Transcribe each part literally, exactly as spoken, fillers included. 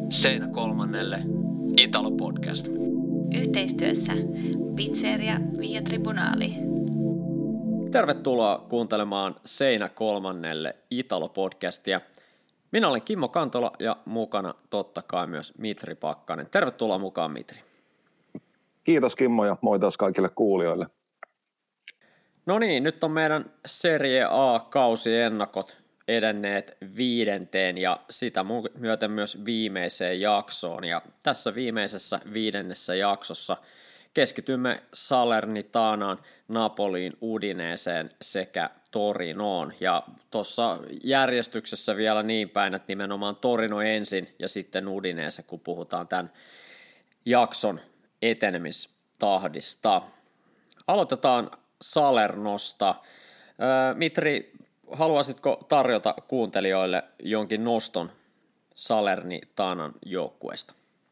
Seinä kolmannelle Italo Podcast. Yhteistyössä Pizzeria Via Tribunali. Tervetuloa kuuntelemaan Seinä kolmannelle Italo Podcastia. Minä olen Kimmo Kantola ja mukana totta kai myös Mitri Pakkanen. Tervetuloa mukaan, Mitri. Kiitos Kimmo ja moi taas kaikille kuulijoille. No niin, nyt on meidän Serie A-kausiennakot edenneet viidenteen ja sitä myöten myös viimeiseen jaksoon. Ja tässä viimeisessä viidennessä jaksossa keskitymme Salernitanaan, Napoliin, Udineeseen sekä Torinoon. Ja tuossa järjestyksessä vielä niin päin, että nimenomaan Torino ensin ja sitten Udinese, kun puhutaan tämän jakson etenemistahdista. Aloitetaan Salernosta. Mitri, haluaisitko tarjota kuuntelijoille jonkin noston Salernitanan joukkueesta?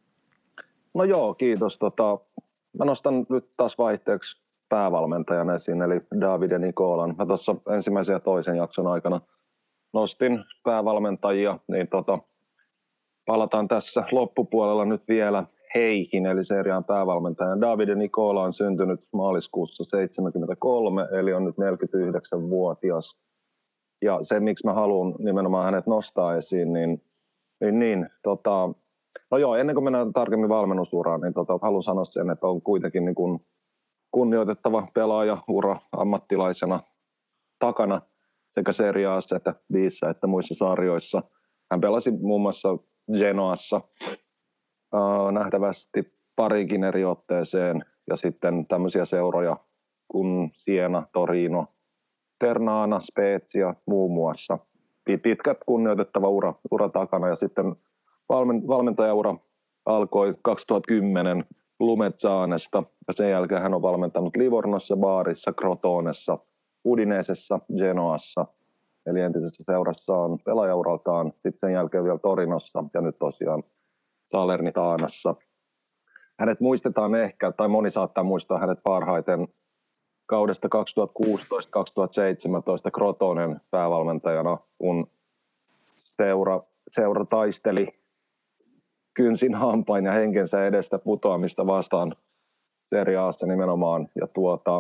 No joo, kiitos. Tota, mä nostan nyt taas vaihteeksi päävalmentajan esiin, eli Davide Nicolan. Mä tuossa ensimmäisen ja toisen jakson aikana nostin päävalmentajia, niin tota, palataan tässä loppupuolella nyt vielä heihin, eli Serie A:n päävalmentajan. Davide Nicola on syntynyt maaliskuussa seitsemänkymmentäkolme, eli on nyt neljäkymmentäyhdeksänvuotias. Ja se, miksi mä haluan nimenomaan hänet nostaa esiin, niin, niin, niin tota, no joo, ennen kuin mennään tarkemmin valmennusuraan, niin tota, haluan sanoa sen, että on kuitenkin niin kuin kunnioitettava pelaaja ura ammattilaisena takana sekä Serie A:ssa että B:ssä että muissa sarjoissa. Hän pelasi muun muassa Genoassa äh, nähtävästi pariinkin eri otteeseen ja sitten tämmöisiä seuroja kuin Siena, Torino, Ternana, Spezia muun muassa. Pitkät kunnioitettava ura, ura takana ja sitten valmen, valmentajaura alkoi kaksituhattakymmenen Lumezzanesta ja sen jälkeen hän on valmentanut Livornossa, Barissa, Crotonessa, Udinesessa, Genoassa. Eli entisessä seurassa on pelaajauraltaan, sitten sen jälkeen vielä Torinossa ja nyt tosiaan Salernitanassa. Hänet muistetaan ehkä, tai moni saattaa muistaa hänet parhaiten kaudesta kaksituhattakuusitoista kaksituhattaseitsemäntoista Crotonen päävalmentajana, kun seura, seura taisteli kynsin hampain ja henkensä edestä putoamista vastaan Serie A:ssa nimenomaan. Ja tuota,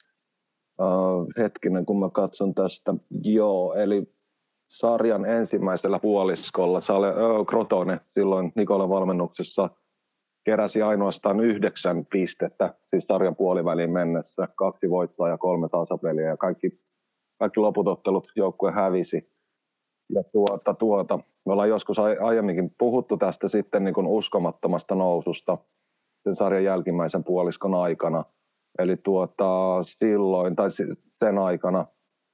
uh, hetkinen, kun mä katson tästä, joo, eli sarjan ensimmäisellä puoliskolla Sale, uh, Crotone silloin Nicolan valmennuksessa keräsi ainoastaan yhdeksän pistettä, siis sarjan puoliväliin mennessä, kaksi voittoa ja kolme tasapeliä, ja kaikki, kaikki loput ottelut joukkue hävisi. Ja tuota, tuota, me ollaan joskus aiemminkin puhuttu tästä sitten niin kuin uskomattomasta noususta sen sarjan jälkimmäisen puoliskon aikana. Eli tuota, silloin, tai sen aikana,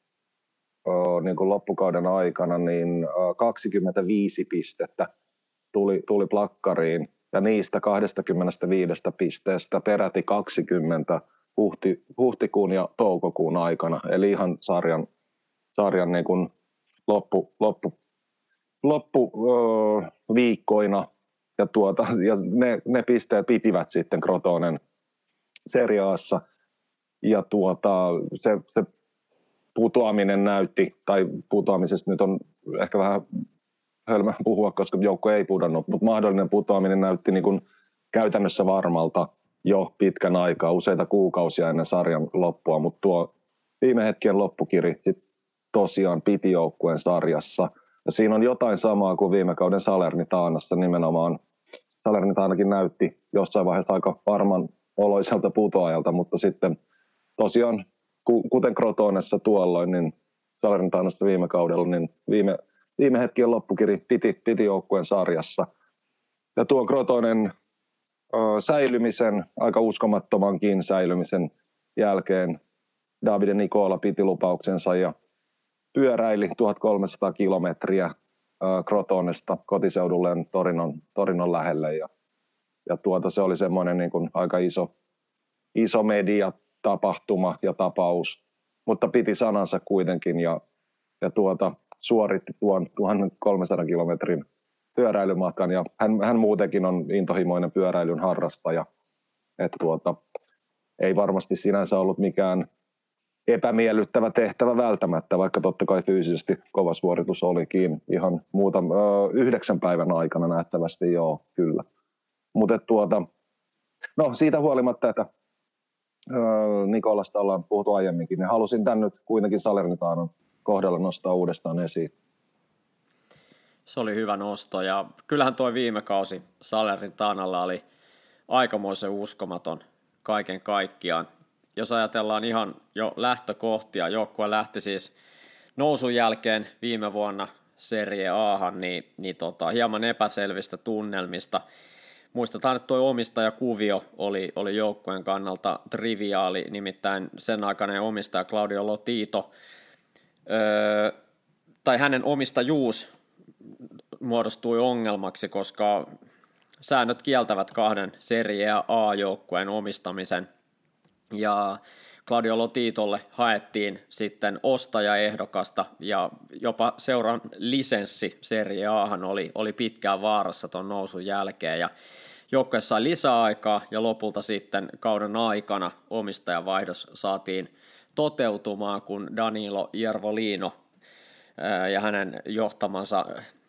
niin kuin loppukauden aikana, niin kaksikymmentäviisi pistettä tuli, tuli plakkariin. Ja niistä kaksikymmentäviisi pisteestä peräti kaksikymmentä huhti, huhtikuun ja toukokuun aikana. Eli ihan sarjan, sarjan niin kuin loppu, loppu, loppu öö, viikkoina. Ja, tuota, ja ne, ne pisteet pitivät sitten Crotonen Serie A:ssa. Ja tuota, se, se putoaminen näytti, tai putoamisesta nyt on ehkä vähän hölmä puhua, koska joukko ei pudonnut, mutta mahdollinen putoaminen näytti niin kuin käytännössä varmalta jo pitkän aikaa, useita kuukausia ennen sarjan loppua, mutta tuo viime hetken loppukiri sit tosiaan piti joukkueen sarjassa. Ja siinä on jotain samaa kuin viime kauden Salernitanassa nimenomaan. Salernitanakin näytti jossain vaiheessa aika varman oloiselta putoajalta, mutta sitten tosiaan, kuten Crotonessa tuolloin, niin Salernitanassa viime kaudella, niin viime Viime hetkien loppukiri piti, piti joukkueen sarjassa. Ja tuon Crotonen ö, säilymisen, aika uskomattomankin säilymisen jälkeen Davide Nicola piti lupauksensa ja pyöräili tuhatkolmesataa kilometriä ö, Crotonesta kotiseudulleen Torinon, Torinon lähelle. Ja, ja tuota, se oli semmoinen niin kuin aika iso, iso mediatapahtuma ja tapaus, mutta piti sanansa kuitenkin ja, ja tuota, suoritti tuon tuhatkolmesataa kilometrin pyöräilymatkan ja hän, hän muutenkin on intohimoinen pyöräilyn harrastaja. Että tuota, ei varmasti sinänsä ollut mikään epämiellyttävä tehtävä välttämättä, vaikka totta kai fyysisesti kova suoritus olikin ihan muuta, yhdeksän päivän aikana nähtävästi, joo, kyllä. Mutta tuota, no siitä huolimatta, että Nikolasta ollaan puhuttu aiemminkin, niin halusin tämän nyt kuitenkin Salernitanan kohdalla nostaa uudestaan esiin. Se oli hyvä nosto, ja kyllähän tuo viime kausi Salernitanalla oli aikamoisen uskomaton kaiken kaikkiaan. Jos ajatellaan ihan jo lähtökohtia, joukkue lähti siis nousun jälkeen viime vuonna Serie A:han, niin, niin tota, hieman epäselvistä tunnelmista. Muistetaan, että tuo omistajakuvio oli, oli joukkueen kannalta triviaali, nimittäin sen aikainen omistaja Claudio Lotito, öö, tai hänen omistajuus muodostui ongelmaksi, koska säännöt kieltävät kahden Serie A-joukkueen omistamisen, ja Claudio Lotitolle haettiin sitten ostajaehdokasta, ja jopa seuran lisenssi Serie A:han oli, oli pitkään vaarassa tuon nousun jälkeen, ja joukkue sai lisäaikaa, ja lopulta sitten kauden aikana omistajavaihdos saatiin toteutumaan, kun Danilo Iervolino ää, ja hänen johtamansa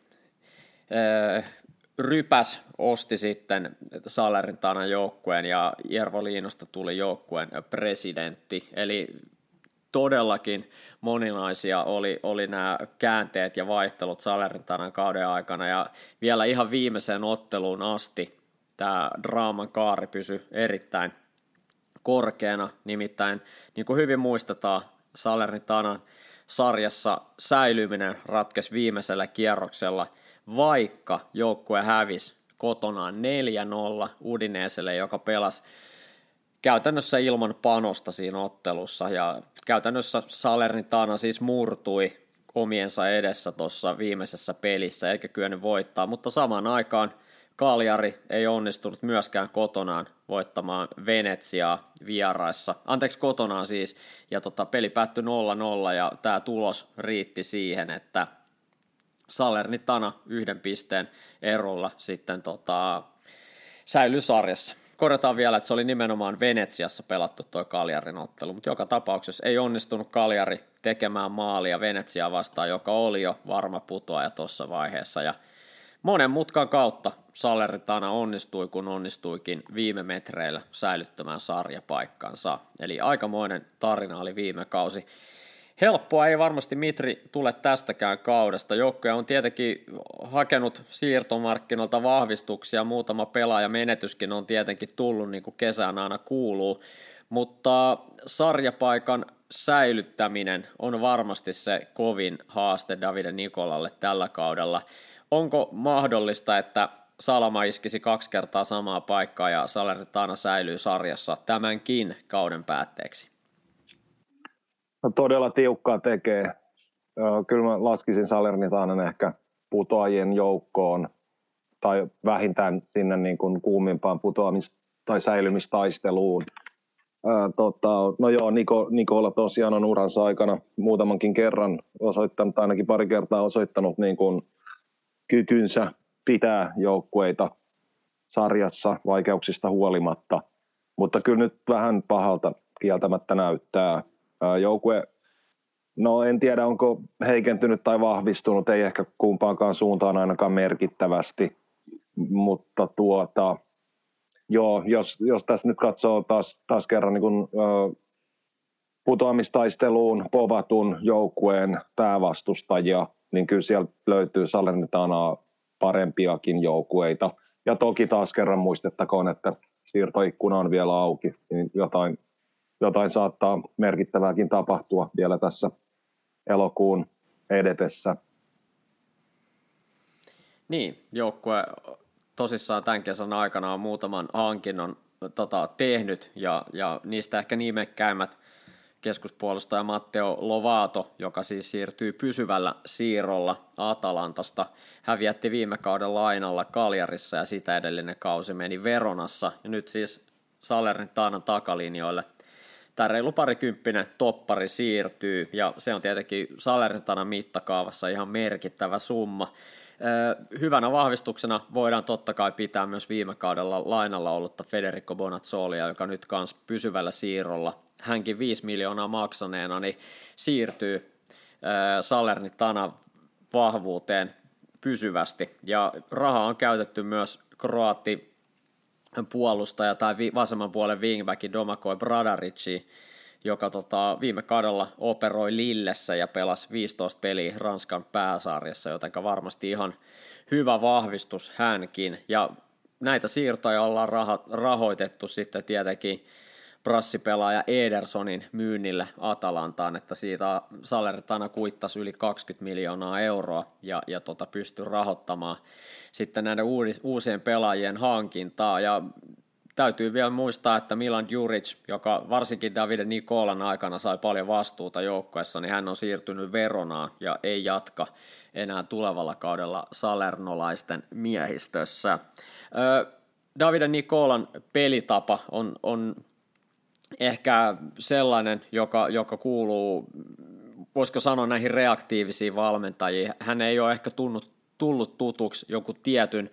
ää, Rypäs osti sitten Salernitanan joukkueen, ja Iervolinosta tuli joukkueen presidentti, eli todellakin moninaisia oli, oli nämä käänteet ja vaihtelut Salernitanan kauden aikana, ja vielä ihan viimeiseen otteluun asti tämä draaman kaari pysyi erittäin korkeana, nimittäin niin kuin hyvin muistetaan, Salernitanan sarjassa säilyminen ratkesi viimeisellä kierroksella, vaikka joukkue hävisi kotonaan neljä nolla Udineselle, joka pelasi käytännössä ilman panosta siinä ottelussa, ja käytännössä Salernitana siis murtui omiensa edessä tuossa viimeisessä pelissä, eikä kyennyt voittaa, mutta samaan aikaan Cagliari ei onnistunut myöskään kotonaan voittamaan Venetsiaa vieraissa, anteeksi kotonaan siis, ja tota, peli päättyi nolla nolla, ja tämä tulos riitti siihen, että Salernitana yhden pisteen erolla sitten tota, säilyi sarjassa. Korjataan vielä, että se oli nimenomaan Venetsiassa pelattu tuo Cagliarin ottelu, mutta joka tapauksessa ei onnistunut Cagliari tekemään maalia Venetsiaa vastaan, joka oli jo varma putoaja tuossa vaiheessa, ja monen mutkan kautta Salernitana onnistui, kun onnistuikin viime metreillä säilyttämään sarjapaikkansa. Eli aikamoinen tarina oli viime kausi. Helppoa ei varmasti Mitri tule tästäkään kaudesta. Joukkue on tietenkin hakenut siirtomarkkinoilta vahvistuksia, muutama pelaajamenetyskin on tietenkin tullut, niin kuin kesään aina kuuluu, mutta sarjapaikan säilyttäminen on varmasti se kovin haaste Davide Nicolalle tällä kaudella. Onko mahdollista, että Salama iskisi kaksi kertaa samaa paikkaa ja Salernitana säilyy sarjassa tämänkin kauden päätteeksi? No, todella tiukkaa tekee. Kyllä mä laskisin Salernitanan ehkä putoajien joukkoon tai vähintään sinne niin kuin kuumimpaan putoamis- tai säilymistaisteluun. Ää, tota, no joo, Niko, Nikola tosiaan on uransa aikana muutamankin kerran osoittanut, ainakin pari kertaa osoittanut niin kuin kykynsä pitää joukkueita sarjassa vaikeuksista huolimatta, mutta kyllä nyt vähän pahalta kieltämättä näyttää. Joukkue, no en tiedä onko heikentynyt tai vahvistunut, ei ehkä kumpaankaan suuntaan ainakaan merkittävästi, mutta tuota, joo, jos, jos tässä nyt katsoo taas, taas kerran niin kuin, ö, putoamistaisteluun povatun joukkueen päävastustajia, niin kyllä siellä löytyy Salernitanaa parempiakin joukkueita. Ja toki taas kerran muistettakoon, että siirtoikkuna on vielä auki, niin jotain, jotain saattaa merkittävääkin tapahtua vielä tässä elokuun edetessä. Niin, joukkue tosissaan tämän kesän aikana on muutaman hankinnon tota, tehnyt, ja, ja niistä ehkä nimekkäimmät keskuspuolustaja Matteo Lovato, joka siis siirtyy pysyvällä siirrolla Atalantasta. Häviätti viime kauden lainalla Cagliarissa ja sitä edellinen kausi meni Veronassa. Ja nyt siis Salernitanan takalinjoille tämä reilu parikymppinen toppari siirtyy, ja se on tietenkin Salernitanan mittakaavassa ihan merkittävä summa. Hyvänä vahvistuksena voidaan totta kai pitää myös viime kaudella lainalla ollutta Federico Bonazzolia, joka nyt kans pysyvällä siirrolla hänkin viisi miljoonaa maksaneena, niin siirtyy Salernitanan vahvuuteen pysyvästi. Ja rahaa on käytetty myös kroatti puolustaja tai vasemman puolen wingbacki Domagoj Bradarici, joka tota, viime kaudella operoi Lillessä ja pelasi viisitoista peliä Ranskan pääsarjassa, joten varmasti ihan hyvä vahvistus hänkin. Ja näitä siirtoja ollaan raho- rahoitettu sitten tietenkin brassipelaaja Edersonin myynnille Atalantaan, että siitä Salernitana kuittasi yli kaksikymmentä miljoonaa euroa ja, ja tota, pystyi rahoittamaan sitten näiden uudis, uusien pelaajien hankintaa. Ja täytyy vielä muistaa, että Milan Djuric, joka varsinkin Davide Nicolan aikana sai paljon vastuuta joukkueessa, niin hän on siirtynyt Veronaan ja ei jatka enää tulevalla kaudella salernolaisten miehistössä. Davide Nicolan pelitapa on, on ehkä sellainen, joka, joka kuuluu, voisiko sanoa näihin reaktiivisiin valmentajiin. Hän ei ole ehkä tunnut, tullut tutuksi joku tietyn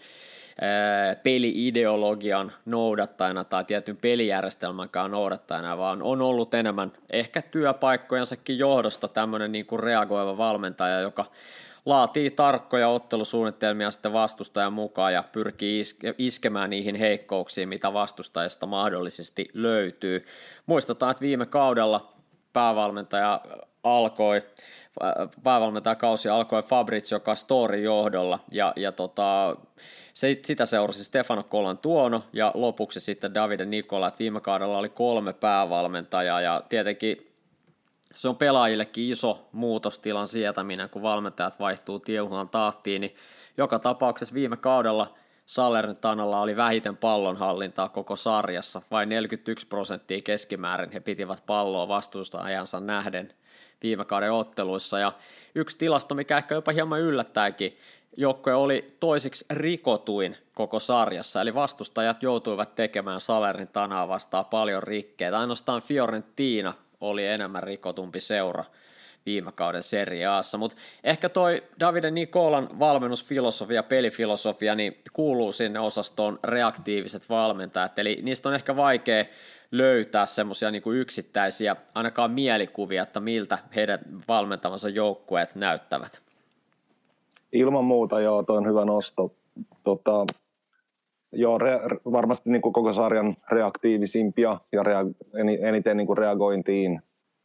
peli-ideologian noudattajana tai tietyn pelijärjestelmänkään noudattajana, vaan on ollut enemmän ehkä työpaikkojensakin johdosta tämmöinen niin kuin reagoiva valmentaja, joka laatii tarkkoja ottelusuunnitelmia sitten vastustajan mukaan ja pyrkii iskemään niihin heikkouksiin, mitä vastustajista mahdollisesti löytyy. Muistetaan, että viime kaudella päävalmentaja alkoi, päävalmentajakausi alkoi Fabrizio Castorin johdolla ja, ja tota, se, sitä seurasi Stefano Colantuono ja lopuksi sitten Davide Nicola, että viime kaudella oli kolme päävalmentajaa ja tietenkin se on pelaajillekin iso muutostilan sietäminen, kun valmentajat vaihtuu tiuhaan tahtiin, niin joka tapauksessa viime kaudella Salernitanalla oli vähiten pallonhallintaa koko sarjassa, vain neljäkymmentäyksi prosenttia keskimäärin he pitivät palloa vastustajansa nähden viime kauden otteluissa, ja yksi tilasto, mikä ehkä jopa hieman yllättääkin, joukkue oli toisiksi rikotuin koko sarjassa, eli vastustajat joutuivat tekemään Salernitanaa vastaan paljon rikkeitä, ainoastaan Fiorentina oli enemmän rikotumpi seura viime kauden Serie A:ssa, mutta ehkä toi Davide Nicolan valmennusfilosofia, pelifilosofia, niin kuuluu sinne osastoon reaktiiviset valmentajat, eli niistä on ehkä vaikea löytää semmoisia niin kuin yksittäisiä, ainakaan mielikuvia, että miltä heidän valmentamansa joukkueet näyttävät. Ilman muuta, joo, toi on hyvä nosto. Tota, joo, re, varmasti niin kuin koko sarjan reaktiivisimpia ja rea, eniten niin kuin reagointiin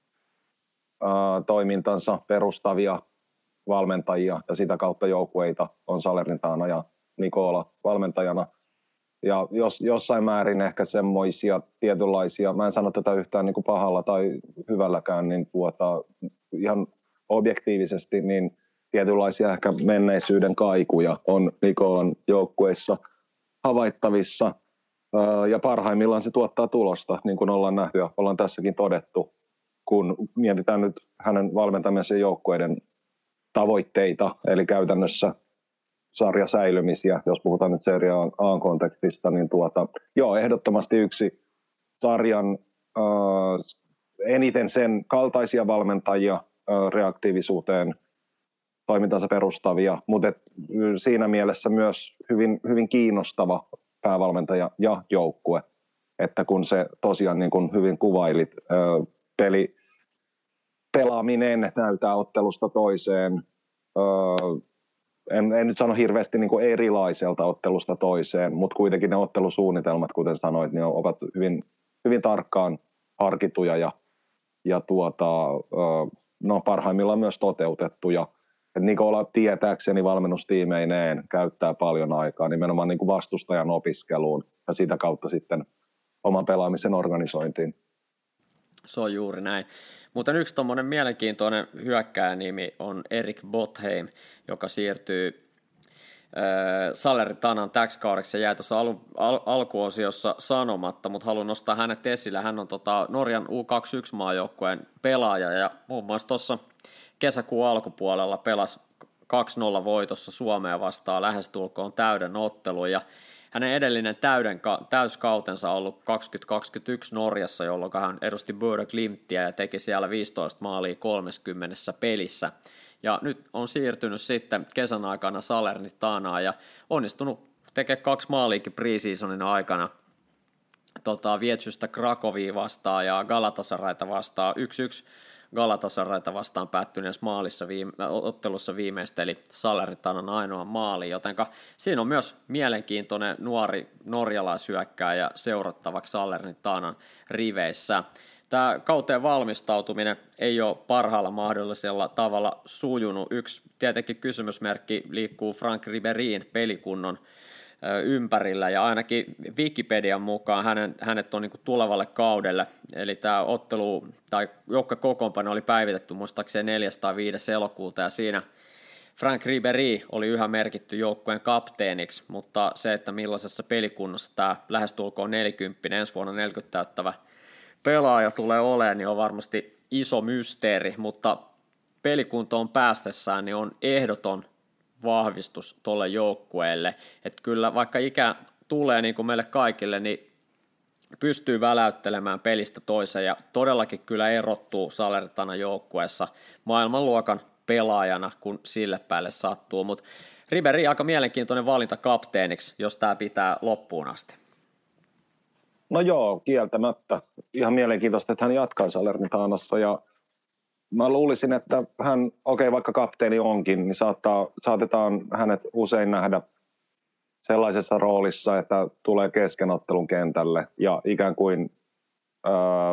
ää, toimintansa perustavia valmentajia ja sitä kautta joukkueita on Salernitana ja Nicola valmentajana. Ja jos, jossain määrin ehkä semmoisia tietynlaisia, mä en sano tätä yhtään niin kuin pahalla tai hyvälläkään, niin tuota, ihan objektiivisesti, niin tietynlaisia ehkä menneisyyden kaikuja on Nicolan joukkueissa havaittavissa, ja parhaimmillaan se tuottaa tulosta, niin kuin ollaan nähty ja ollaan tässäkin todettu, kun mietitään nyt hänen valmentamisen joukkueiden tavoitteita, eli käytännössä sarjasäilymisiä, jos puhutaan nyt Serie A:n kontekstista, niin tuota, joo, ehdottomasti yksi sarjan äh, eniten sen kaltaisia valmentajia äh, reaktiivisuuteen toimintansa perustavia, mutta et, siinä mielessä myös hyvin, hyvin kiinnostava päävalmentaja ja joukkue, että kun se tosiaan niin kuin hyvin kuvailit, äh, peli, pelaaminen näytää ottelusta toiseen, äh, En, en nyt sano hirveästi niin kuin erilaiselta ottelusta toiseen, mutta kuitenkin ne ottelusuunnitelmat, kuten sanoit, niin ovat hyvin, hyvin tarkkaan harkittuja ja, ja tuota, no, parhaimmillaan myös toteutettuja. Et Nicola tietääkseni valmennustiimeineen käyttää paljon aikaa nimenomaan niin kuin vastustajan opiskeluun ja sitä kautta sitten oman pelaamisen organisointiin. Se on juuri näin. Mutta yksi tommoinen mielenkiintoinen hyökkääjänimi on Erik Botheim, joka siirtyy äh, Salernitanan täksi kaudeksi. Se jäi tuossa al- al- alkuosiossa sanomatta, mutta haluan nostaa hänet esille. Hän on tota Norjan U kaksikymmentäyksi-maajoukkueen pelaaja ja muun muassa tuossa kesäkuun alkupuolella pelasi kaksi nolla voitossa Suomea vastaan lähestulkoon täyden ottelun ja hänen edellinen täyden, täyskautensa on ollut kaksikymmentä kaksikymmentäyksi Norjassa, jolloin hän edusti Bodø Glimtiä ja teki siellä viisitoista maalia kolmekymmentä pelissä. Ja nyt on siirtynyt sitten kesän aikana Salernitanaan ja onnistunut tekemään kaksi maaliikin preseasonin aikana tota, Vietsystä Krakovia vastaan ja Galatasarayta vastaan. yksi yksi Galatasarayta vastaan päättyneessä maalissa viime, ottelussa viimeisteli Salernitanan ainoa maali, jotenka siinä on myös mielenkiintoinen nuori norjalaisyökkääjä seurattavaksi Salernitanan riveissä. Tämä kauteen valmistautuminen ei ole parhaalla mahdollisella tavalla sujunut. Yksi tietenkin kysymysmerkki liikkuu Franck Ribérin pelikunnon ympärillä, ja ainakin Wikipedian mukaan hänen, hänet on niin kuin tulevalle kaudelle, eli tämä ottelu tai joukka kokoonpano oli päivitetty muistaakseni neljäs tai viides elokuuta, ja siinä Franck Ribéry oli yhä merkitty joukkueen kapteeniksi, mutta se, että millaisessa pelikunnossa tämä lähestulkoon neljäkymppinen ensi vuonna neljäkymmentä täyttävä pelaaja tulee olemaan, niin on varmasti iso mysteeri, mutta pelikuntoon päästessään niin on ehdoton vahvistus tuolle joukkueelle, että kyllä vaikka ikä tulee niin kuin meille kaikille, niin pystyy väläyttelemään pelistä toiseen ja todellakin kyllä erottuu Salernitanan joukkueessa maailmanluokan pelaajana, kun sille päälle sattuu, mutta Ribéry aika mielenkiintoinen valinta kapteeniksi, jos tämä pitää loppuun asti. No joo, kieltämättä. Ihan mielenkiintoista, että hän jatkaa Salernitanassa ja mä luulisin, että hän, okei okay, vaikka kapteeni onkin, niin saattaa, saatetaan hänet usein nähdä sellaisessa roolissa, että tulee keskenottelun kentälle ja ikään kuin, ää,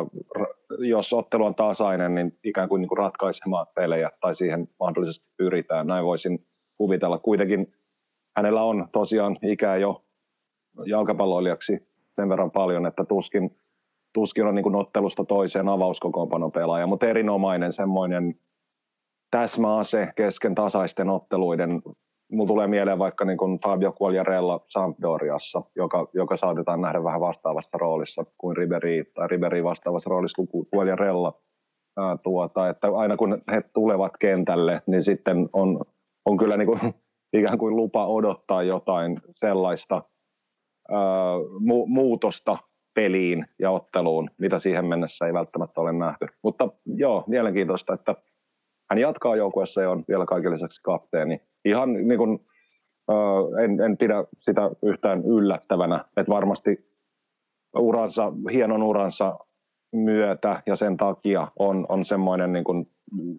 jos ottelu on tasainen, niin ikään kuin, niin kuin ratkaisemaan pelejä tai siihen mahdollisesti pyritään. Näin voisin kuvitella. Kuitenkin hänellä on tosiaan ikää jo jalkapalloilijaksi sen verran paljon, että tuskin Tuskin on niin kuin ottelusta toiseen avauskokoonpanon pelaaja, mutta erinomainen semmoinen täsmäase kesken tasaisten otteluiden. Mulla tulee mieleen vaikka niin kuin Fabio Quagliarella Sampdoriassa, joka, joka saatetaan nähdä vähän vastaavassa roolissa kuin Ribéry, tai Ribéry vastaavassa roolissa kuin Quagliarella. Ää, tuota, että aina kun he tulevat kentälle, niin sitten on, on kyllä niin kuin, ikään kuin lupa odottaa jotain sellaista ää, mu- muutosta peliin ja otteluun, mitä siihen mennessä ei välttämättä ole nähty. Mutta joo, mielenkiintoista, että hän jatkaa joukkueessa ja on vielä kaiken lisäksi kapteeni. Ihan niin kuin, äh, en, en pidä sitä yhtään yllättävänä, että varmasti uransa, hienon uransa myötä ja sen takia on, on semmoinen niin kuin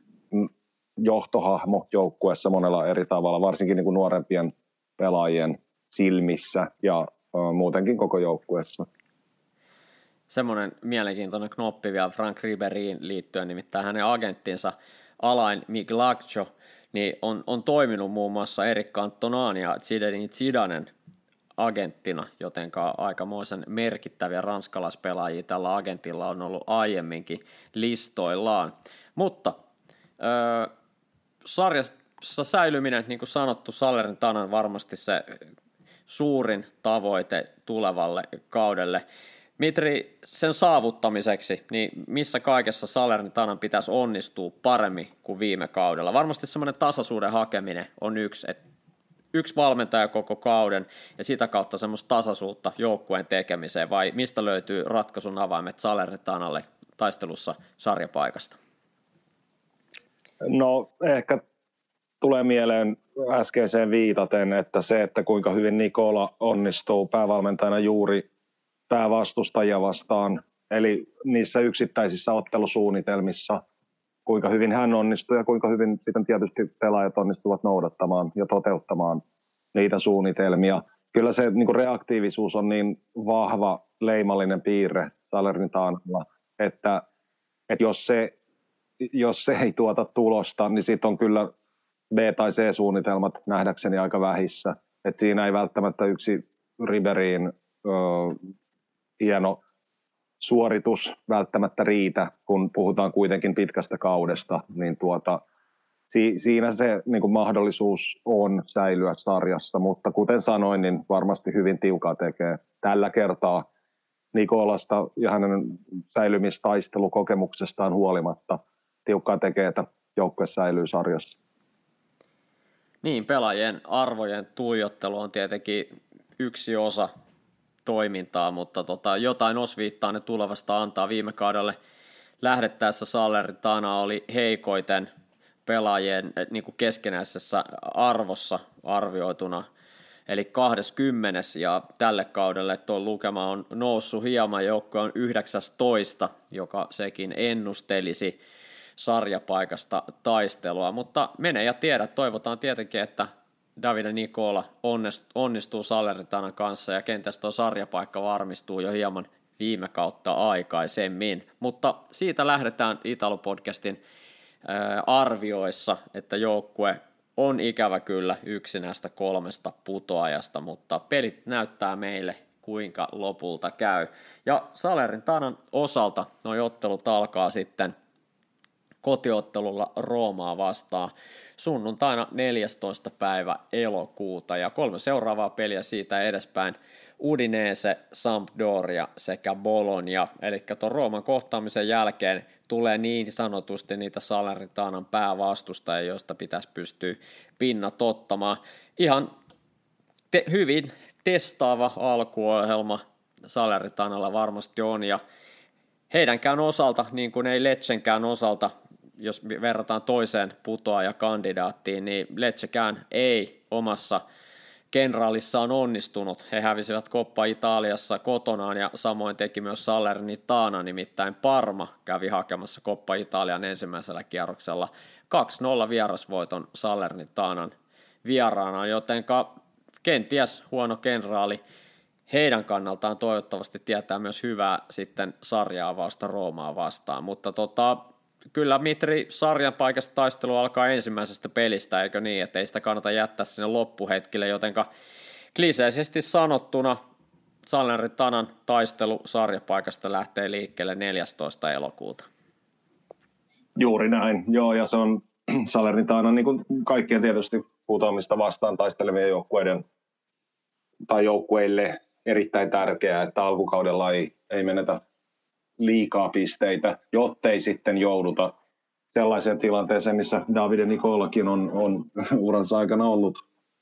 johtohahmo joukkueessa monella eri tavalla, varsinkin niin kuin nuorempien pelaajien silmissä ja äh, muutenkin koko joukkueessa. Semmoinen mielenkiintoinen knoppi vielä Franck Ribéryin liittyen, nimittäin hänen agenttinsa Alain Miglaccio niin on, on toiminut muun muassa Eric Cantonaan ja Zinedine Zidanen agenttina, jotenka aikamoisen merkittäviä ranskalaispelaajia tällä agentilla on ollut aiemminkin listoillaan. Mutta äh, sarjassa säilyminen, niin kuin sanottu, Salernitanan varmasti se suurin tavoite tulevalle kaudelle. Mitri, sen saavuttamiseksi, niin missä kaikessa Salernitanan pitäisi onnistua paremmin kuin viime kaudella? Varmasti semmoinen tasaisuuden hakeminen on yksi, että yksi valmentaja koko kauden ja sitä kautta semmoista tasaisuutta joukkueen tekemiseen, vai mistä löytyy ratkaisun avaimet Salernitanalle taistelussa sarjapaikasta? No ehkä tulee mieleen äskeiseen viitaten, että se, että kuinka hyvin Nikola onnistuu päävalmentajana juuri päävastustajia vastaan, eli niissä yksittäisissä ottelusuunnitelmissa, kuinka hyvin hän onnistuu ja kuinka hyvin sitten tietysti pelaajat onnistuvat noudattamaan ja toteuttamaan niitä suunnitelmia. Kyllä se niin kuin reaktiivisuus on niin vahva leimallinen piirre Salernitanalla, että, että jos, se, jos se ei tuota tulosta, niin sitten on kyllä B- tai C-suunnitelmat nähdäkseni aika vähissä. Et siinä ei välttämättä yksi Ribéryin hieno suoritus välttämättä riitä, kun puhutaan kuitenkin pitkästä kaudesta, niin tuota, si, siinä se niin kuin mahdollisuus on säilyä sarjassa, mutta kuten sanoin, niin varmasti hyvin tiukaa tekee tällä kertaa Nikolasta ja hänen säilymistaistelukokemuksestaan huolimatta tiukkaa tekee, että joukkue säilyy sarjassa. Niin, pelaajien arvojen tuijottelu on tietenkin yksi osa toimintaa, mutta tota, jotain osviittaa ne tulevasta antaa. Viime kaudelle lähdettäessä Salernitana oli heikoiten pelaajien niin kuin keskenäisessä arvossa arvioituna eli kaksikymmentä, ja tälle kaudelle tuo lukema on noussut hieman, joukko on yhdeksästoista, joka sekin ennustelisi sarjapaikasta taistelua, mutta mene ja tiedä, toivotaan tietenkin, että Davide Nicola onnistuu Salernitanan kanssa ja kenties tuo sarjapaikka varmistuu jo hieman viime kautta aikaisemmin, mutta siitä lähdetään Italo-podcastin arvioissa, että joukkue on ikävä kyllä yksi näistä kolmesta putoajasta, mutta pelit näyttää meille, kuinka lopulta käy. Ja Salernitanan osalta nuo ottelut alkaa sitten kotiottelulla Roomaa vastaan sunnuntaina neljästoista päivä elokuuta, ja kolme seuraavaa peliä siitä edespäin Udinese, Sampdoria sekä Bologna, eli tuon Rooman kohtaamisen jälkeen tulee niin sanotusti niitä Salernitanan päävastustajia, joista pitäisi pystyä pinnat ottamaan. Ihan te- hyvin testaava alkuohjelma Salernitanalla varmasti on, ja heidänkään osalta, niin kuin ei Leccenkään osalta, jos verrataan toiseen putoajakandidaattiin, niin Leccenkään ei omassa kenraalissaan onnistunut. He hävisivät Coppa Italiassa kotonaan ja samoin teki myös Salernitana, nimittäin Parma kävi hakemassa Coppa Italian ensimmäisellä kierroksella kaksi nolla vierasvoiton Salernitanan vieraana, jotenka kenties huono kenraali heidän kannaltaan toivottavasti tietää myös hyvää sitten sarja-avausta Roomaa vastaan, mutta tota, kyllä Mitri sarjan paikasta taistelu alkaa ensimmäisestä pelistä, eikö niin, että ei sitä kannata jättää sinne loppuhetkille, jotenka kliseisesti sanottuna Salernitanan taistelu sarjapaikasta lähtee liikkeelle neljästoista elokuuta. Juuri näin, joo, ja se on Salernitanan niin kuin kaikkien tietysti putoamista vastaan taistelevien joukkueiden tai joukkueille erittäin tärkeää, että alkukaudella ei, ei menetä liikaa pisteitä, jottei sitten jouduta sellaiseen tilanteeseen, missä Davide Nicolakin on, on uransa aikana ollut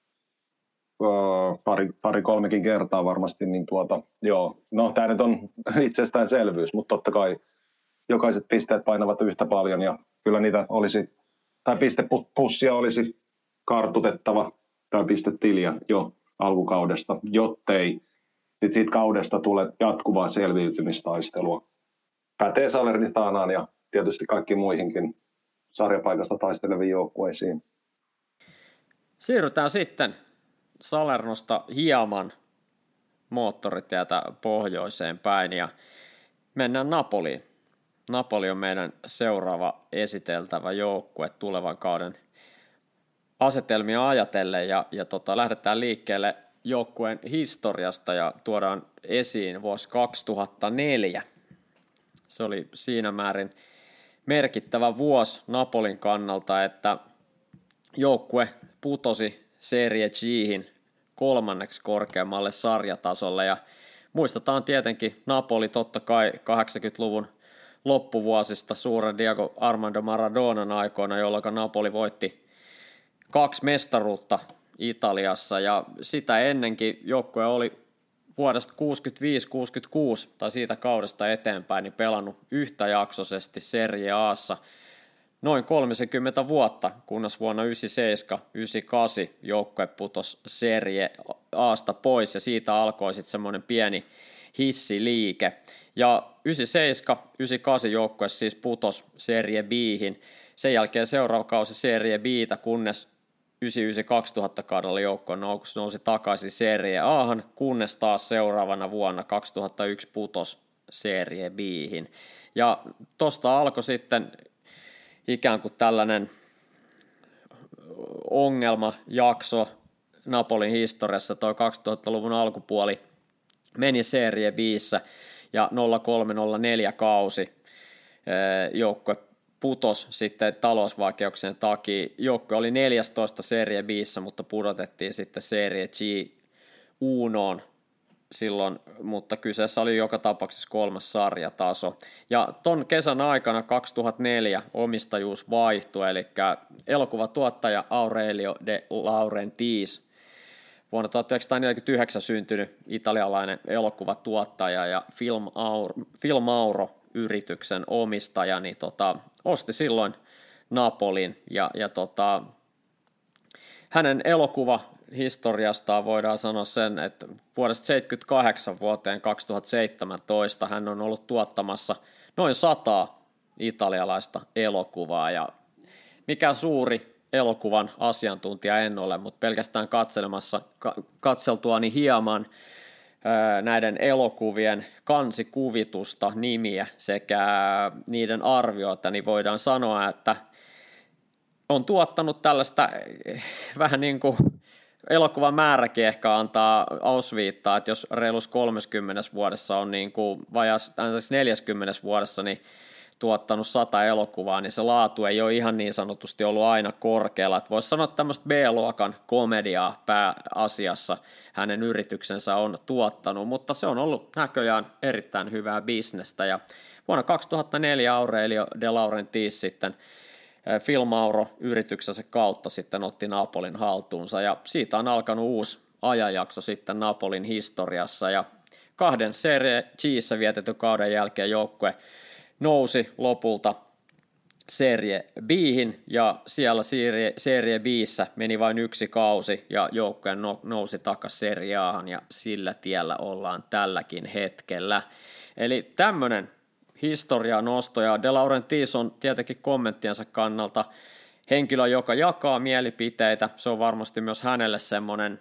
uh, pari, pari kolmekin kertaa varmasti, niin tuota, joo, no tämä nyt on itsestäänselvyys, mutta totta kai jokaiset pisteet painavat yhtä paljon ja kyllä niitä olisi, tai pistepussia olisi kartutettava tai pistetiliä jo alkukaudesta, jottei sit siitä kaudesta tule jatkuvaa selviytymistaistelua. Pätee Salernitanaan ja tietysti kaikki muihinkin sarjapaikasta taisteleviin joukkueisiin. Siirrytään sitten Salernosta hieman moottoritietä pohjoiseen päin ja mennään Napoliin. Napoli on meidän seuraava esiteltävä joukkue tulevan kauden asetelmia ajatellen ja, ja tota, lähdetään liikkeelle joukkueen historiasta ja tuodaan esiin vuosi kaksituhattaneljä. Se oli siinä määrin merkittävä vuosi Napolin kannalta, että joukkue putosi Serie G:hin kolmanneksi korkeammalle sarjatasolle ja muistetaan tietenkin Napoli totta kai kahdeksankymmentäluvun loppuvuosista suuren Diego Armando Maradonan aikoina, jolloin Napoli voitti kaksi mestaruutta Italiassa ja sitä ennenkin joukkue oli vuodesta kuusikymmentäviisi kuusikymmentäkuusi tai siitä kaudesta eteenpäin niin pelannut yhtäjaksoisesti Serie A:ssa noin kolmekymmentä vuotta, kunnes vuonna yhdeksänkymmentäseitsemän yhdeksänkymmentäkahdeksan joukkue putosi Serie A:sta pois ja siitä alkoi sitten semmoinen pieni hissiliike. Ja yhdeksänkymmentäseitsemän yhdeksänkymmentäkahdeksan joukkue siis putosi Serie B:hin. Sen jälkeen seuraava kausi Serie B:tä, kunnes yhdeksänkymmentäyhdeksän kaksituhatta kaudella joukko nousi takaisin Serie A:han, kunnes taas seuraavana vuonna kaksituhattayksi putosi Serie B:hin. Ja tosta alkoi sitten ikään kuin tällainen ongelmajakso Napolin historiassa, toi kaksituhattaluvun alkupuoli meni Serie B:ssä ja nolla kolme nolla neljä kausi joukkue putos sitten talousvaikeuksien takia. Joukkue oli neljästoista Serie B:ssä, mutta pudotettiin sitten Serie G Unoon silloin, mutta kyseessä oli joka tapauksessa kolmas sarjataso. Ja ton kesän aikana kaksituhattaneljä omistajuus vaihtui, eli elokuvatuottaja Aurelio de Laurentiis, vuonna tuhatyhdeksänsataaneljäkymmentäyhdeksän syntynyt italialainen elokuvatuottaja ja Filmauro yrityksen omistaja, niin tota, osti silloin Napolin ja, ja tota, hänen elokuva historiastaan voidaan sanoa sen, että vuodesta seitsemänkymmentäkahdeksan vuoteen kaksituhattaseitsemäntoista hän on ollut tuottamassa noin sataa italialaista elokuvaa, ja mikä suuri elokuvan asiantuntija en ole, mutta pelkästään katselemassa, katseltuani hieman näiden elokuvien kansikuvitusta, nimiä sekä niiden arvioita, niin voidaan sanoa, että on tuottanut tällaista vähän niin kuin elokuvan määräkin ehkä antaa osviittaa, että jos reilus kolmekymmentä vuodessa on niin kuin vajas neljäkymmentä vuodessa niin tuottanut sata elokuvaa, niin se laatu ei ole ihan niin sanotusti ollut aina korkealla. Voisi sanoa, että tämmöistä B-luokan komediaa pääasiassa hänen yrityksensä on tuottanut, mutta se on ollut näköjään erittäin hyvää bisnestä. Ja vuonna kaksituhattaneljä Aurelio De Laurentiis sitten Filmauro-yrityksensä kautta sitten otti Napolin haltuunsa, ja siitä on alkanut uusi ajanjakso sitten Napolin historiassa, ja kahden Serie G:ssä vietetyn kauden jälkeen joukkue nousi lopulta Serie B:hin, ja siellä Serie, Serie B:ssä meni vain yksi kausi, ja joukkue nousi takaisin Serie A:han, ja sillä tiellä ollaan tälläkin hetkellä. Eli tämmöinen historia nosto, ja De Laurentiis on tietenkin kommenttiensa kannalta henkilö, joka jakaa mielipiteitä. Se on varmasti myös hänelle semmoinen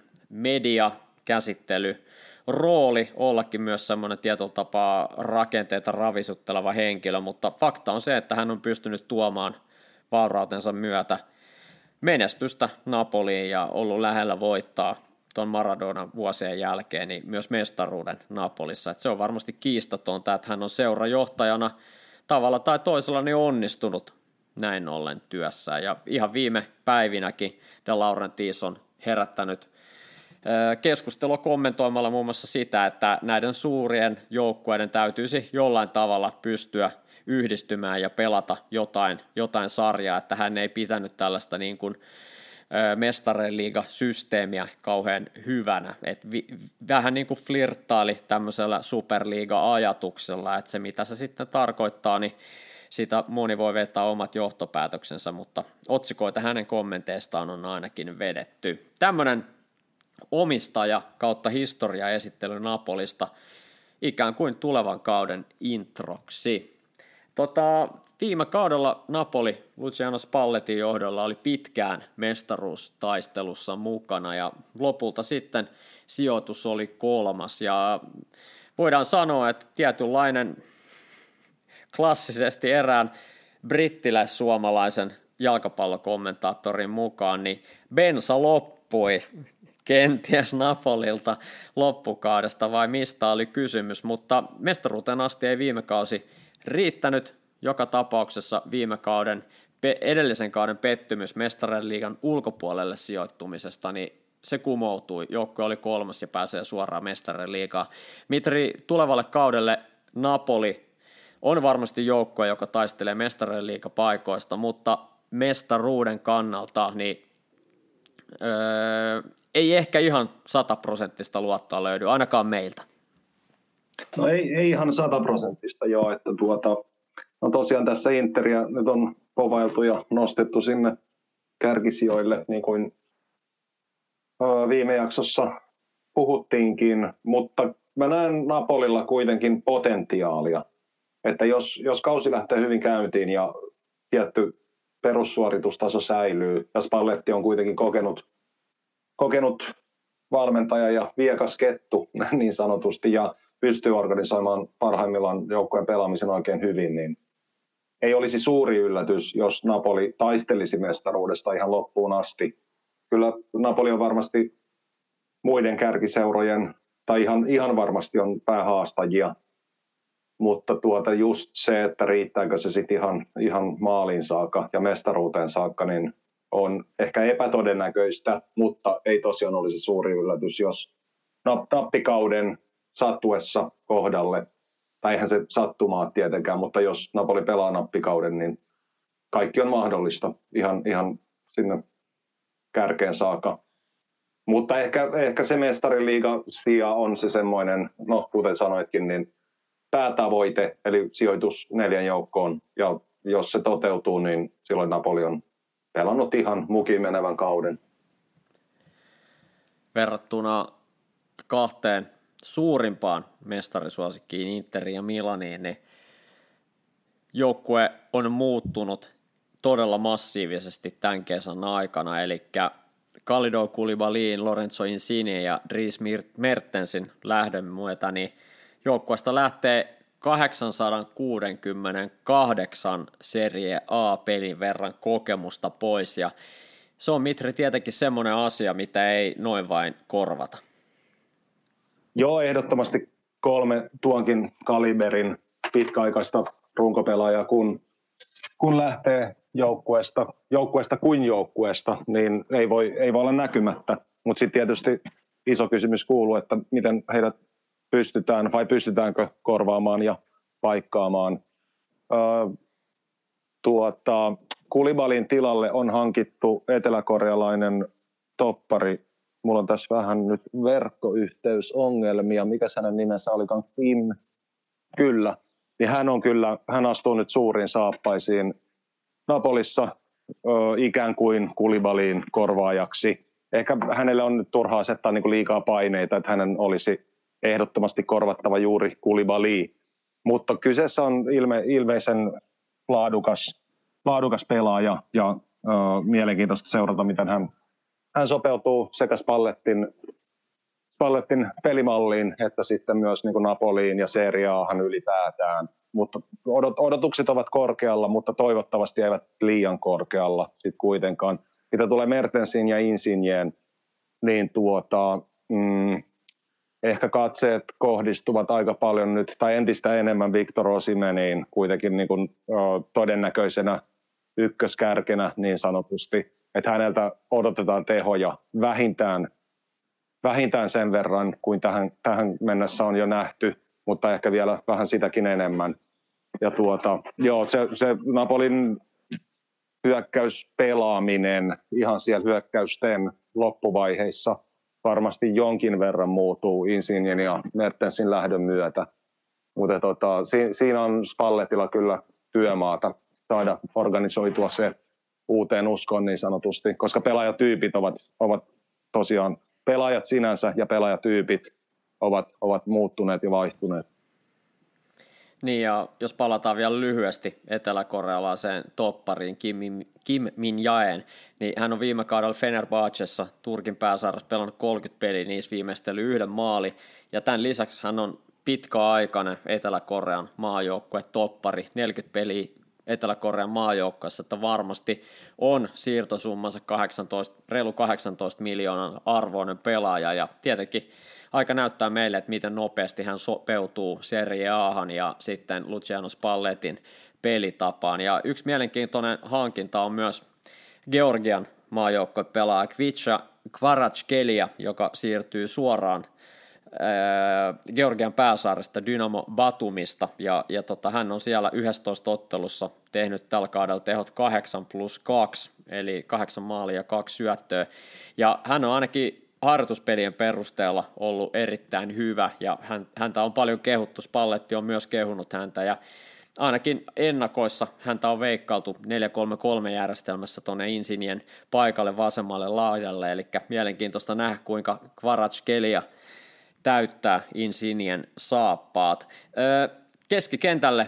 mediakäsittely rooli ollakin myös semmoinen tietyllä tapaa rakenteita ravisutteleva henkilö, mutta fakta on se, että hän on pystynyt tuomaan vaurautensa myötä menestystä Napoliin ja ollut lähellä voittaa tuon Maradonan vuosien jälkeen niin myös mestaruuden Napolissa. Et se on varmasti kiistatonta, että hän on seurajohtajana tavalla tai toisella niin onnistunut näin ollen työssään. Ja ihan viime päivinäkin De Laurentiis on herättänyt keskustelua kommentoimalla muun muassa sitä, että näiden suurien joukkueiden täytyisi jollain tavalla pystyä yhdistymään ja pelata jotain, jotain sarjaa, että hän ei pitänyt tällaista niin kuin Mestarien liiga-systeemiä kauhean hyvänä, että vi, vähän niin kuin flirttaili tämmöisellä superliiga-ajatuksella, että se mitä se sitten tarkoittaa, niin sitä moni voi vetää omat johtopäätöksensä, mutta otsikoita hänen kommenteistaan on ainakin vedetty. Tämmöinen omistaja kautta historia esittely Napolista ikään kuin tulevan kauden introksi. Tota, viime kaudella Napoli Luciano Spallettin johdolla oli pitkään mestaruustaistelussa mukana, ja lopulta sitten sijoitus oli kolmas, ja voidaan sanoa, että tietynlainen klassisesti erään brittiläis-suomalaisen jalkapallokommentaattorin mukaan, niin bensa loppui kenties Napolilta loppukaudesta, vai mistä oli kysymys, mutta mestaruuteen asti ei viime kausi riittänyt. Joka tapauksessa viime kauden, edellisen kauden pettymys Mestarien liigan ulkopuolelle sijoittumisesta, niin se kumoutui. Joukkue oli kolmas ja pääsee suoraan Mestarien liigaan. Mitri, tulevalle kaudelle Napoli on varmasti joukkue, joka taistelee Mestarien liigapaikoista, mutta mestaruuden kannalta niin öö, ei ehkä ihan sataprosenttista luottoa löydy, ainakaan meiltä. No ei, ei ihan sataprosenttista joo, että tuota, no tosiaan tässä Interia nyt on povailtu ja nostettu sinne kärkisijoille, niin kuin viime jaksossa puhuttiinkin, mutta mä näen Napolilla kuitenkin potentiaalia, että jos, jos kausi lähtee hyvin käyntiin ja tietty perussuoritustaso säilyy, ja Spalletti on kuitenkin kokenut, kokenut valmentaja ja viekas kettu niin sanotusti, ja pystyy organisoimaan parhaimmillaan joukkueen pelaamisen oikein hyvin, niin ei olisi suuri yllätys, jos Napoli taistelisi mestaruudesta ihan loppuun asti. Kyllä Napoli on varmasti muiden kärkiseurojen, tai ihan, ihan varmasti on päähaastajia, mutta tuota just se, että riittääkö se sitten ihan, ihan maaliin saakka ja mestaruuteen saakka, niin on ehkä epätodennäköistä, mutta ei tosiaan olisi suuri yllätys, jos nappikauden sattuessa kohdalle, tai eihän se sattumaa tietenkään, mutta jos Napoli pelaa nappikauden, niin kaikki on mahdollista ihan, ihan sinne kärkeen saakka. Mutta ehkä, ehkä se mestariliiga sija on se semmoinen, no kuten sanoitkin, niin päätavoite, eli sijoitus neljän joukkoon, ja jos se toteutuu, niin silloin Napoli on pelannut ihan mukiin menevän kauden. verrattuna kahteen suurimpaan mestarisuosikkiin Interiin ja Milaniin, niin joukkue on muuttunut todella massiivisesti tämän kesän aikana, eli Kalidou Koulibalyin, Lorenzo Insigne ja Dries Mertensin lähdön myötä, niin joukkueesta lähtee kahdeksansataakuusikymmentäkahdeksan Serie A-pelin verran kokemusta pois, ja se on, Mitri, tietenkin semmoinen asia, mitä ei noin vain korvata. Joo, ehdottomasti kolme tuonkin kaliberin pitkäaikaista runkopelaajaa, kun, kun lähtee joukkueesta, joukkueesta kuin joukkueesta, niin ei voi, ei voi olla näkymättä. Mutta sitten tietysti iso kysymys kuuluu, että miten heidät pystytään vai pystytäänkö korvaamaan ja paikkaamaan. Öö, tuota, Koulibalyin tilalle on hankittu eteläkorealainen toppari. Mulla on tässä vähän nyt verkkoyhteysongelmia. Mikä hänen nimensä olikaan? Kim? Kyllä. Niin hän on kyllä, hän astuu nyt suuriin saappaisiin Napolissa ö, ikään kuin Koulibalyin korvaajaksi. Ehkä hänelle on nyt turhaa asettaa niin kuin liikaa paineita, että hänen olisi ehdottomasti korvattava juuri Koulibaly. Mutta kyseessä on ilme, ilmeisen laadukas, laadukas pelaaja ja ö, mielenkiintoista seurata, miten hän, hän sopeutuu sekä Spallettin, Spallettin pelimalliin että sitten myös niin kuin Napoliin ja Serie A:han ylipäätään. Mutta odot, odotukset ovat korkealla, mutta toivottavasti eivät liian korkealla sit kuitenkaan. Mitä tulee Mertensiin ja Insigneen, niin tuota, mm, ehkä katseet kohdistuvat aika paljon nyt, tai entistä enemmän Victor Osimheniin kuitenkin niin kuin, o, todennäköisenä ykköskärkenä niin sanotusti, että häneltä odotetaan tehoja vähintään, vähintään sen verran kuin tähän, tähän mennessä on jo nähty, mutta ehkä vielä vähän sitäkin enemmän. Ja tuota, joo, se, se Napolin hyökkäyspelaaminen ihan siellä hyökkäysten loppuvaiheissa varmasti jonkin verran muuttuu Insignen ja Mertensin lähdön myötä. Mutta tota, si, siinä on Spallettilla kyllä työmaata saada organisoitua se uuteen uskoon niin sanotusti, koska pelaajatyypit ovat, ovat tosiaan, pelaajat sinänsä ja pelaajatyypit ovat, ovat muuttuneet ja vaihtuneet. Niin, ja jos palataan vielä lyhyesti eteläkorealaiseen toppariin Kim, Kim Min-jaeen, niin hän on viime kaudella Fenerbahcessa Turkin pääsarjassa pelannut kolmekymmentä peliä, niissä viimeistely yhden maali, ja tämän lisäksi hän on pitkäaikainen Etelä-Korean maajoukkue toppari, neljäkymmentä peliä Etelä-Korean maajoukkueessa, että varmasti on siirtosummansa kahdeksantoista, reilu kahdeksantoista miljoonan arvoinen pelaaja, ja tietenkin aika näyttää meille, että miten nopeasti hän sopeutuu Serie A:han ja sitten Luciano Spallettin pelitapaan. Ja yksi mielenkiintoinen hankinta on myös Georgian maajoukkuepelaaja Kvicha Kvaratskhelia, joka siirtyy suoraan ää, Georgian pääsaaresta Dynamo Batumista, ja, ja tota, hän on siellä yksitoista ottelussa tehnyt tällä kaudella tehot kahdeksan plus kaksi, eli kahdeksan maalia ja kaksi syöttöä, ja hän on ainakin harjoituspelien perusteella ollut erittäin hyvä, ja häntä on paljon kehuttu, Spalletti on myös kehunut häntä, ja ainakin ennakoissa häntä on veikkailtu neljä kolme kolme järjestelmässä tuonne Insignen paikalle vasemmalle laidalle, eli mielenkiintoista nähdä, kuinka Kvaratskhelia täyttää Insignen saappaat. Keskikentälle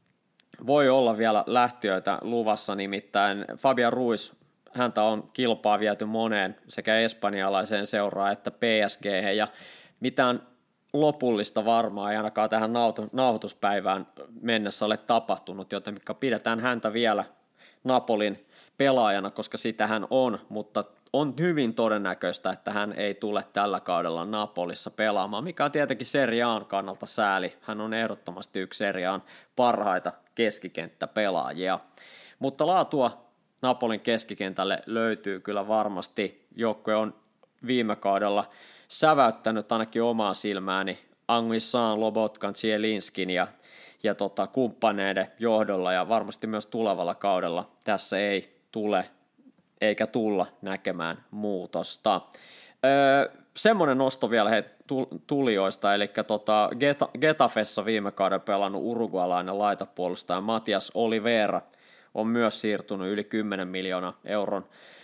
voi olla vielä lähtiöitä luvassa, nimittäin Fabian Ruiz, häntä on kilpaa viety moneen sekä espanjalaiseen seuraan että P S G:hen, ja mitään lopullista varmaa ei ainakaan tähän nauhoituspäivään mennessä ole tapahtunut, joten pidetään häntä vielä Napolin pelaajana, koska sitä hän on, mutta on hyvin todennäköistä, että hän ei tule tällä kaudella Napolissa pelaamaan, mikä on tietenkin Serie A:n kannalta sääli. Hän on ehdottomasti yksi Serie A:n parhaita keskikenttäpelaajia, mutta laatua Napolin keskikentälle löytyy kyllä varmasti. Joukkue on viime kaudella säväyttänyt ainakin omaa silmääni Anguissan, Lobotkan, Zielinskin ja, ja tota, kumppaneiden johdolla, ja varmasti myös tulevalla kaudella tässä ei tule eikä tulla näkemään muutosta. Öö, semmoinen nosto vielä he tulijoista, eli tota, Getafessa viime kauden pelannut urugualainen laitapuolustaja Matias Oliveira on myös siirtynyt yli kymmenen miljoonaa euron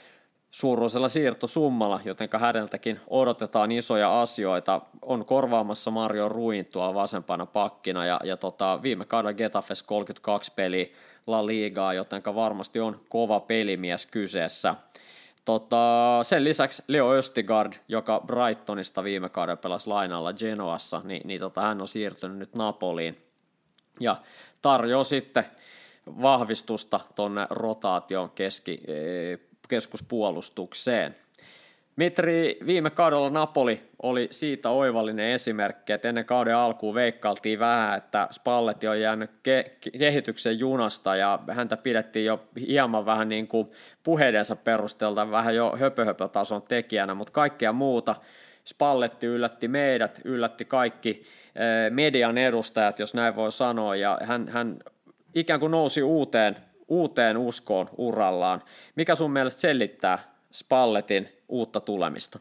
suuruisella siirtosummalla, jotenka häneltäkin odotetaan isoja asioita. On korvaamassa Mario Ruin tuolla vasempana pakkina, ja, ja tota, viime kaudella Getafes kolmekymmentäkaksi peliä La Ligaa, jotenka varmasti on kova pelimies kyseessä. Tota, sen lisäksi Leo Östigard, joka Brightonista viime kauden pelasi lainalla Genoassa, niin, niin tota, hän on siirtynyt nyt Napoliin ja tarjoaa sitten vahvistusta tuonne rotaation keski, keskuspuolustukseen. Mitri, viime kaudella Napoli oli siitä oivallinen esimerkki, että ennen kauden alkuun veikkailtiin vähän, että Spalletti on jäänyt ke- kehityksen junasta ja häntä pidettiin jo hieman vähän niin kuin puheidensa perusteelta vähän jo höpö-höpö-tason tekijänä, mutta kaikkea muuta. Spalletti yllätti meidät, yllätti kaikki median edustajat, jos näin voi sanoa, ja hän, hän ikään kuin nousi uuteen, uuteen uskoon urallaan. Mikä sun mielestä selittää Spalletin uutta tulemista?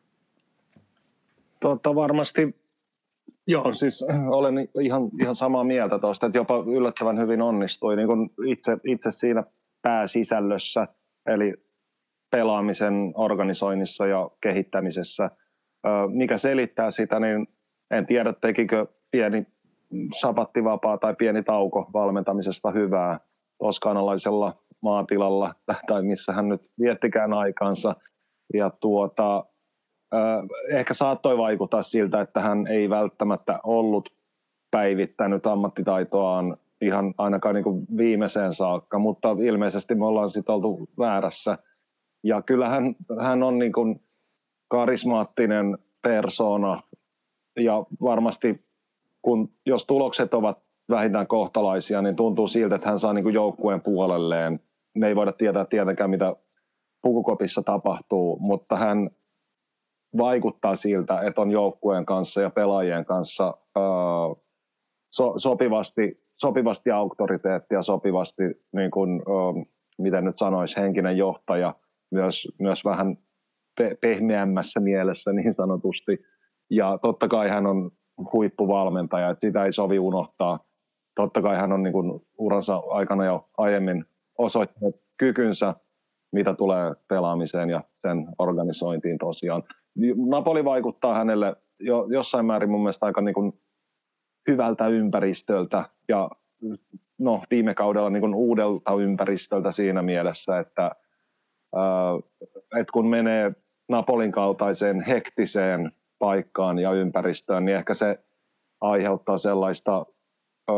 Tota, varmasti, joo, siis olen ihan, ihan samaa mieltä tuosta, että jopa yllättävän hyvin onnistui niin kuin itse, itse siinä pääsisällössä, eli pelaamisen organisoinnissa ja kehittämisessä. Mikä selittää sitä, niin en tiedä, tekikö pieni sapattivapaa tai pieni tauko valmentamisesta hyvää toskaanalaisella maatilalla, tai missä hän nyt viettikään aikaansa. Ja tuota, ehkä saattoi vaikuttaa siltä, että hän ei välttämättä ollut päivittänyt ammattitaitoaan ihan ainakaan niin kuin viimeiseen saakka, mutta ilmeisesti me ollaan sitten oltu väärässä. Ja kyllä hän, hän on niin kuin karismaattinen persoona, ja varmasti kun, jos tulokset ovat vähintään kohtalaisia, niin tuntuu siltä, että hän saa niin kuin joukkueen puolelleen. Me ei voida tietää tietenkään, mitä pukukopissa tapahtuu, mutta hän vaikuttaa siltä, että on joukkueen kanssa ja pelaajien kanssa ää, so, sopivasti, sopivasti auktoriteetti ja sopivasti, niin kuin, ää, miten nyt sanoisi, henkinen johtaja, myös, myös vähän pe- pehmeämmässä mielessä niin sanotusti. Ja totta kai hän on huippuvalmentaja, että sitä ei sovi unohtaa. Totta kai hän on niin kuin uransa aikana jo aiemmin osoittanut kykynsä, mitä tulee pelaamiseen ja sen organisointiin tosiaan. Napoli vaikuttaa hänelle jo, jossain määrin mun mielestä aika niin kuin hyvältä ympäristöltä ja no, viime kaudella niin kuin uudelta ympäristöltä siinä mielessä, että, ää, että kun menee Napolin kaltaiseen hektiseen paikkaan ja ympäristöön, niin ehkä se aiheuttaa sellaista ö,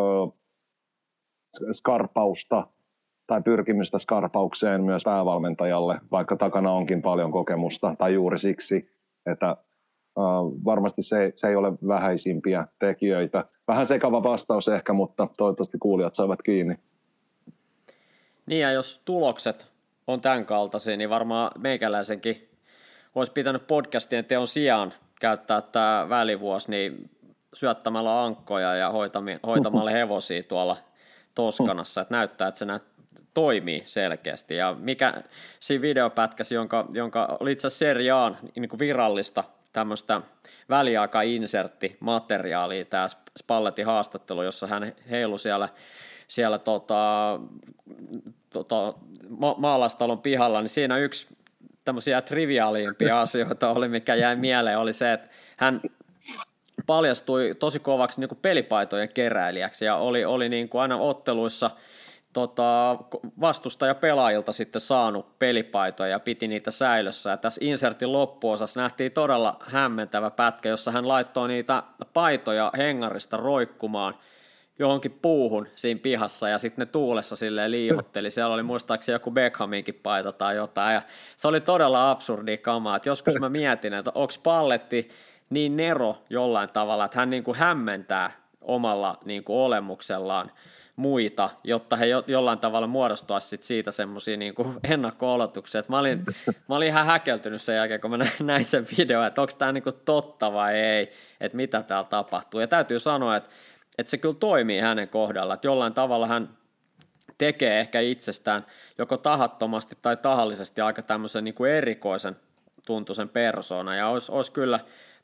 skarpausta tai pyrkimystä skarpaukseen myös päävalmentajalle, vaikka takana onkin paljon kokemusta, tai juuri siksi, että ö, varmasti se, se ei ole vähäisimpiä tekijöitä. Vähän sekava vastaus ehkä, mutta toivottavasti kuulijat saavat kiinni. Niin, ja jos tulokset on tämän kaltaisia, niin varmaan meikäläisenkin olisi pitänyt podcastien teon sijaan käyttää tämä välivuosi niin syöttämällä ankkoja ja hoitamalla hevosia tuolla Toskanassa, että näyttää, että se näyt, toimii selkeästi. Ja mikä siinä videopätkässä, jonka, jonka oli itse asiassa Serie A:n niin kuin virallista tämmöistä väliaika-insertti-materiaalia, tämä Spalletin haastattelu, jossa hän heilui siellä, siellä tota, tota, ma- maalaistalon pihalla, niin siinä yksi tämmöisiä triviaalimpia asioita oli, mikä jäi mieleen, oli se, että hän paljastui tosi kovaksi niin kuin pelipaitojen keräilijäksi ja oli, oli niin kuin aina otteluissa tota, vastustaja pelaajilta sitten saanut pelipaitoja ja piti niitä säilössä. Ja tässä insertin loppuosassa nähtiin todella hämmentävä pätkä, jossa hän laittoi niitä paitoja hengarista roikkumaan johonkin puuhun siinä pihassa ja sitten ne tuulessa silleen liihotteli. Siellä oli muistaakseni joku Beckhaminkin paita tai jotain ja se oli todella absurdia kamaa. Et joskus mä mietin, että onko Spalletti niin nero jollain tavalla, että hän niin kuin hämmentää omalla niin kuin olemuksellaan muita, jotta he jo, jollain tavalla muodostuisivat siitä semmoisia niin kuin ennakko-oletuksia. Mä olin, mä olin ihan häkeltynyt sen jälkeen, kun mä näin sen videon, että onko tämä niin kuin totta vai ei, että mitä täällä tapahtuu. Ja täytyy sanoa, että että se kyllä toimii hänen kohdalla, että jollain tavalla hän tekee ehkä itsestään joko tahattomasti tai tahallisesti aika tämmöisen niin kuin erikoisen tuntuisen persoonan, ja olisi, olisi kyllä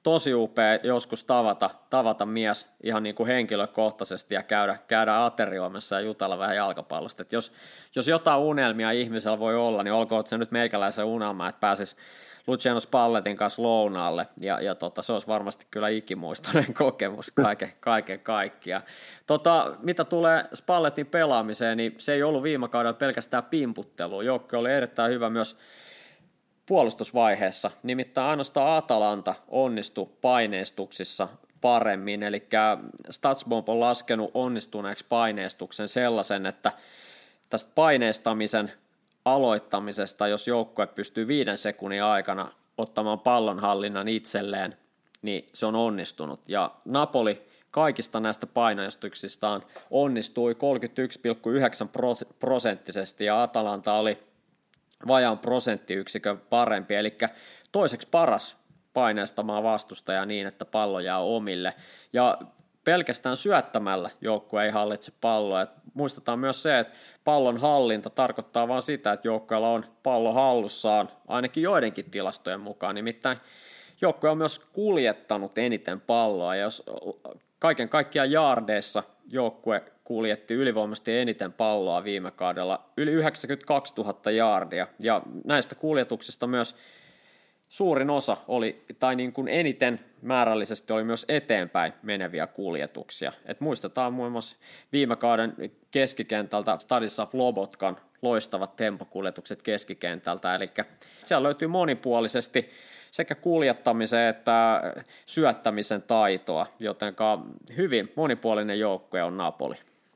tosi upea joskus tavata, tavata mies ihan niin kuin henkilökohtaisesti ja käydä, käydä aterioimassa ja jutella vähän jalkapallosta. Et jos, jos jotain unelmia ihmisellä voi olla, niin olkoon se nyt meikäläisen unelma, että pääsisi Luciano Spalletin kanssa lounaalle, ja, ja tota, se olisi varmasti kyllä ikimuistoinen kokemus kaiken, kaiken kaikkiaan. Tota, mitä tulee Spalletin pelaamiseen, niin se ei ollut viime kaudella pelkästään pimputtelua. Joukko oli erittäin hyvä myös puolustusvaiheessa, nimittäin ainoastaan Atalanta onnistui paineistuksissa paremmin, eli Statsbomb on laskenut onnistuneeksi paineistuksen sellaisen, että tästä paineistamisen aloittamisesta, jos joukkue pystyy viiden sekunnin aikana ottamaan pallonhallinnan itselleen, niin se on onnistunut. Ja Napoli kaikista näistä paineistuksistaan onnistui kolmekymmentäyksi pilkku yhdeksän prosenttisesti ja Atalanta oli vajaan prosenttiyksikön parempi, eli toiseksi paras paineistamaan vastustajaa niin, että pallo jää omille. Ja pelkästään syöttämällä joukkue ei hallitse palloa. Et muistetaan myös se, että pallon hallinta tarkoittaa vain sitä, että joukkueella on pallo hallussaan, ainakin joidenkin tilastojen mukaan. Nimittäin joukkue on myös kuljettanut eniten palloa, ja jos kaiken kaikkiaan jaardeissa joukkue kuljetti ylivoimaisesti eniten palloa viime kaudella, yli yhdeksänkymmentäkaksituhatta jaardia, ja näistä kuljetuksista myös suurin osa oli, tai niin kuin eniten määrällisesti oli myös eteenpäin meneviä kuljetuksia. Et muistetaan muun muassa viime kauden keskikentältä Stanislav Lobotkan loistavat tempokuljetukset keskikentältä, eli siellä löytyy monipuolisesti sekä kuljettamisen että syöttämisen taitoa, jotenka hyvin monipuolinen joukkue on Napoli.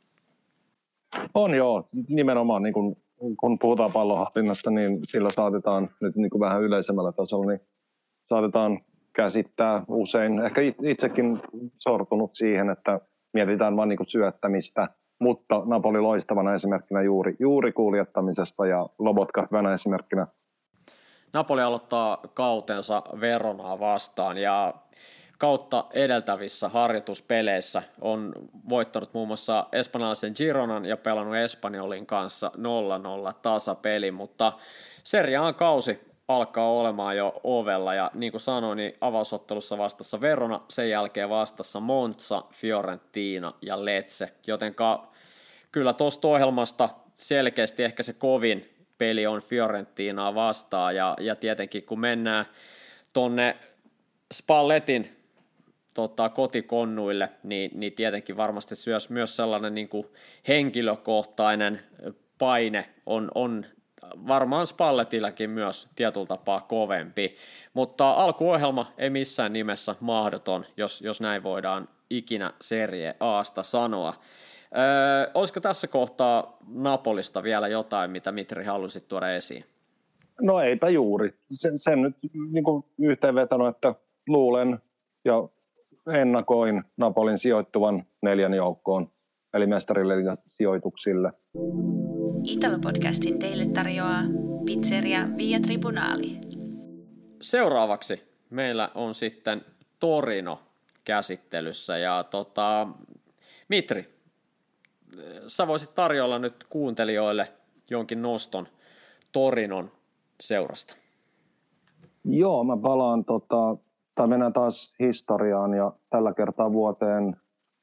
On joo, nimenomaan niin kuin kun puhutaan pallonhallinnasta, niin sillä saatetaan nyt niin kuin vähän yleisemmällä tasolla, niin saatetaan käsittää usein, ehkä itsekin sortunut siihen, että mietitään vain niin kuin syöttämistä, mutta Napoli loistavana esimerkkinä juuri, juuri kuljettamisesta ja Lobotka hyvänä esimerkkinä. Napoli aloittaa kautensa Veronaa vastaan ja kautta edeltävissä harjoituspeleissä on voittanut muun muassa espanjalaisen Gironan ja pelannut Espanjolin kanssa nolla nolla tasapeli, mutta Serie A:n kausi alkaa olemaan jo ovella ja niin kuin sanoin, niin avausottelussa vastassa Verona, sen jälkeen vastassa Monza, Fiorentina ja Lecce, jotenka kyllä tuosta ohjelmasta selkeästi ehkä se kovin peli on Fiorentinaa vastaan ja, ja tietenkin kun mennään tonne Spalletin tota, kotikonnuille, niin, niin tietenkin varmasti myös, myös sellainen niin kuin henkilökohtainen paine on, on varmaan Spalletillakin myös tietyllä tapaa kovempi, mutta alkuohjelma ei missään nimessä mahdoton, jos, jos näin voidaan ikinä Serie A:sta sanoa. Öö, olisiko tässä kohtaa Napolista vielä jotain, mitä Mitri halusit tuoda esiin? No eipä juuri. Sen, sen nyt niin kuin yhteenvetona, että luulen ja ennakoin Napolin sijoittuvan neljän joukkoon, eli mestariliigan sijoituksille. Italo-podcastin teille tarjoaa Pizzeria Via Tribunali. Seuraavaksi meillä on sitten Torino käsittelyssä ja tota, Mitri, sä voisit tarjolla nyt kuuntelijoille jonkin noston Torinon seurasta. Joo, mä palaan, tota, tai mennään taas historiaan ja tällä kertaa vuoteen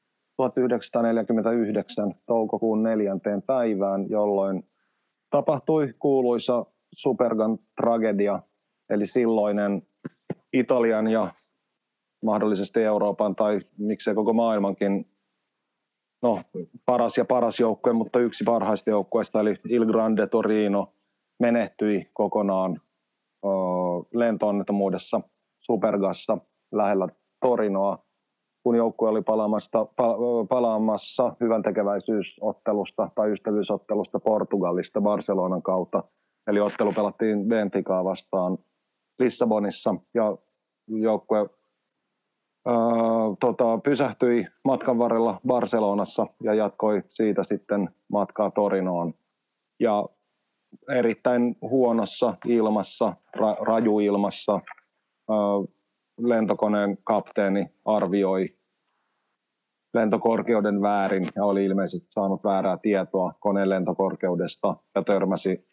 tuhatyhdeksänsataaneljäkymmentäyhdeksän toukokuun neljänteen päivään, jolloin tapahtui kuuluisa Supergan tragedia, eli silloinen Italian ja mahdollisesti Euroopan tai miksei koko maailmankin no, paras ja paras joukkue, mutta yksi parhaista joukkueista, eli Il Grande Torino, menehtyi kokonaan ö, lento-onnettomuudessa Supergassa lähellä Torinoa, kun joukkue oli palaamassa, palaamassa hyväntekeväisyysottelusta tai ystävyysottelusta Portugalista Barcelonan kautta. Eli ottelu pelattiin Benficaa vastaan Lissabonissa ja joukkue ää, tota, pysähtyi matkan varrella Barcelonassa ja jatkoi siitä sitten matkaa Torinoon. Ja erittäin huonossa ilmassa, ra, rajuilmassa, ää, lentokoneen kapteeni arvioi lentokorkeuden väärin ja oli ilmeisesti saanut väärää tietoa koneen lentokorkeudesta ja törmäsi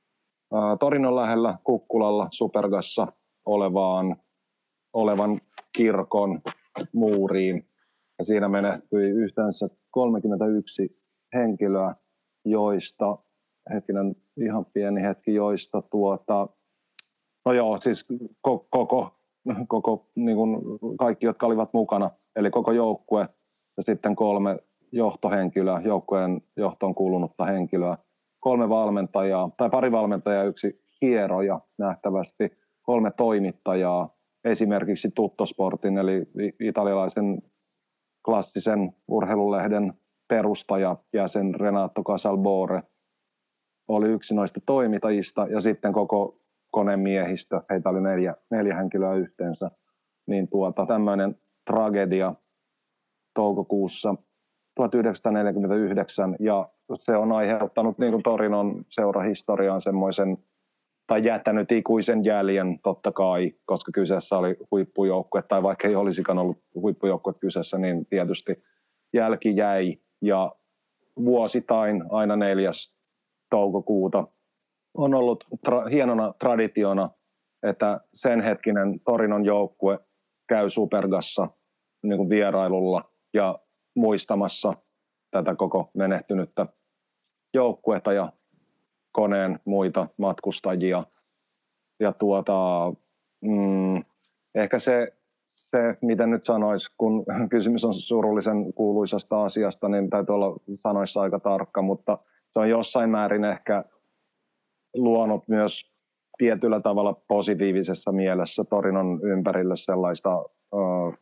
ää, Torinon lähellä Kukkulalla Supergassa olevaan, olevan kirkon muuriin. Ja siinä menehtyi yhteensä kolmekymmentäyksi henkilöä, joista, hetkinen, ihan pieni hetki, joista tuota, no joo, siis koko, koko, koko niin kuin kaikki, jotka olivat mukana, eli koko joukkue ja sitten kolme johtohenkilöä, joukkueen johtoon kuulunutta henkilöä, kolme valmentajaa, tai pari valmentajaa, yksi hieroja nähtävästi, kolme toimittajaa, esimerkiksi Tuttosportin, eli italialaisen klassisen urheilulehden perustaja, jäsen Renato Casalbore oli yksi noista toimittajista, ja sitten koko konemiehistö, heitä oli neljä, neljä henkilöä yhteensä, niin tuota, tämmöinen tragedia toukokuussa tuhatyhdeksänsataaneljäkymmentäyhdeksän, ja se on aiheuttanut niin kuin Torinon seurahistoriaan semmoisen, tai jättänyt ikuisen jäljen totta kai, koska kyseessä oli huippujoukkue, tai vaikka ei olisikaan ollut huippujoukkue kyseessä, niin tietysti jälki jäi, ja vuosittain aina neljäs toukokuuta on ollut tra- hienona traditiona, että sen hetkinen Torinon joukkue käy Supergassa niin kuin vierailulla ja muistamassa tätä koko menehtynyttä joukkuetta ja koneen muita matkustajia. Ja tuota, mm, ehkä se, se, miten nyt sanoisi, kun kysymys on surullisen kuuluisasta asiasta, niin täytyy olla sanoissa aika tarkka, mutta se on jossain määrin ehkä luonut myös tietyllä tavalla positiivisessa mielessä Torinon ympärille sellaista ö,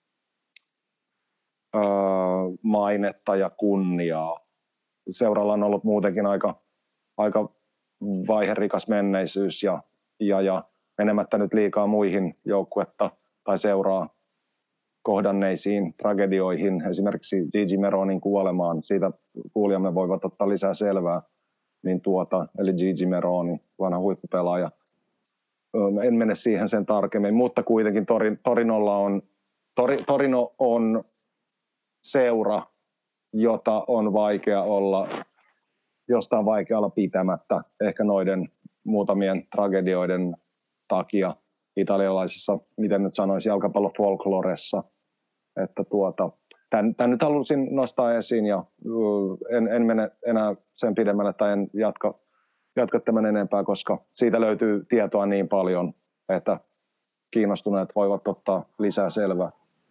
ö, mainetta ja kunniaa. Seuralla on ollut muutenkin aika, aika vaiherikas menneisyys ja, ja, ja menemättä nyt liikaa muihin joukkuetta tai seuraa kohdanneisiin tragedioihin, esimerkiksi Gigi Meronin kuolemaan, siitä kuulijamme voivat ottaa lisää selvää, niin tuota, eli Gigi Meroni, vanha huippupelaaja. En mene siihen sen tarkemmin, mutta kuitenkin Torinolla on, Torino on seura, jota on vaikea olla, josta on vaikea olla pitämättä, ehkä noiden muutamien tragedioiden takia italialaisessa, miten nyt sanoisi, jalkapallofolkloressa, että tuota, tämän, tämän nyt halusin nostaa esiin ja en, en mene enää sen pidemmälle tai en jatka, jatka tämän enempää, koska siitä löytyy tietoa niin paljon, että kiinnostuneet voivat ottaa lisää selvää.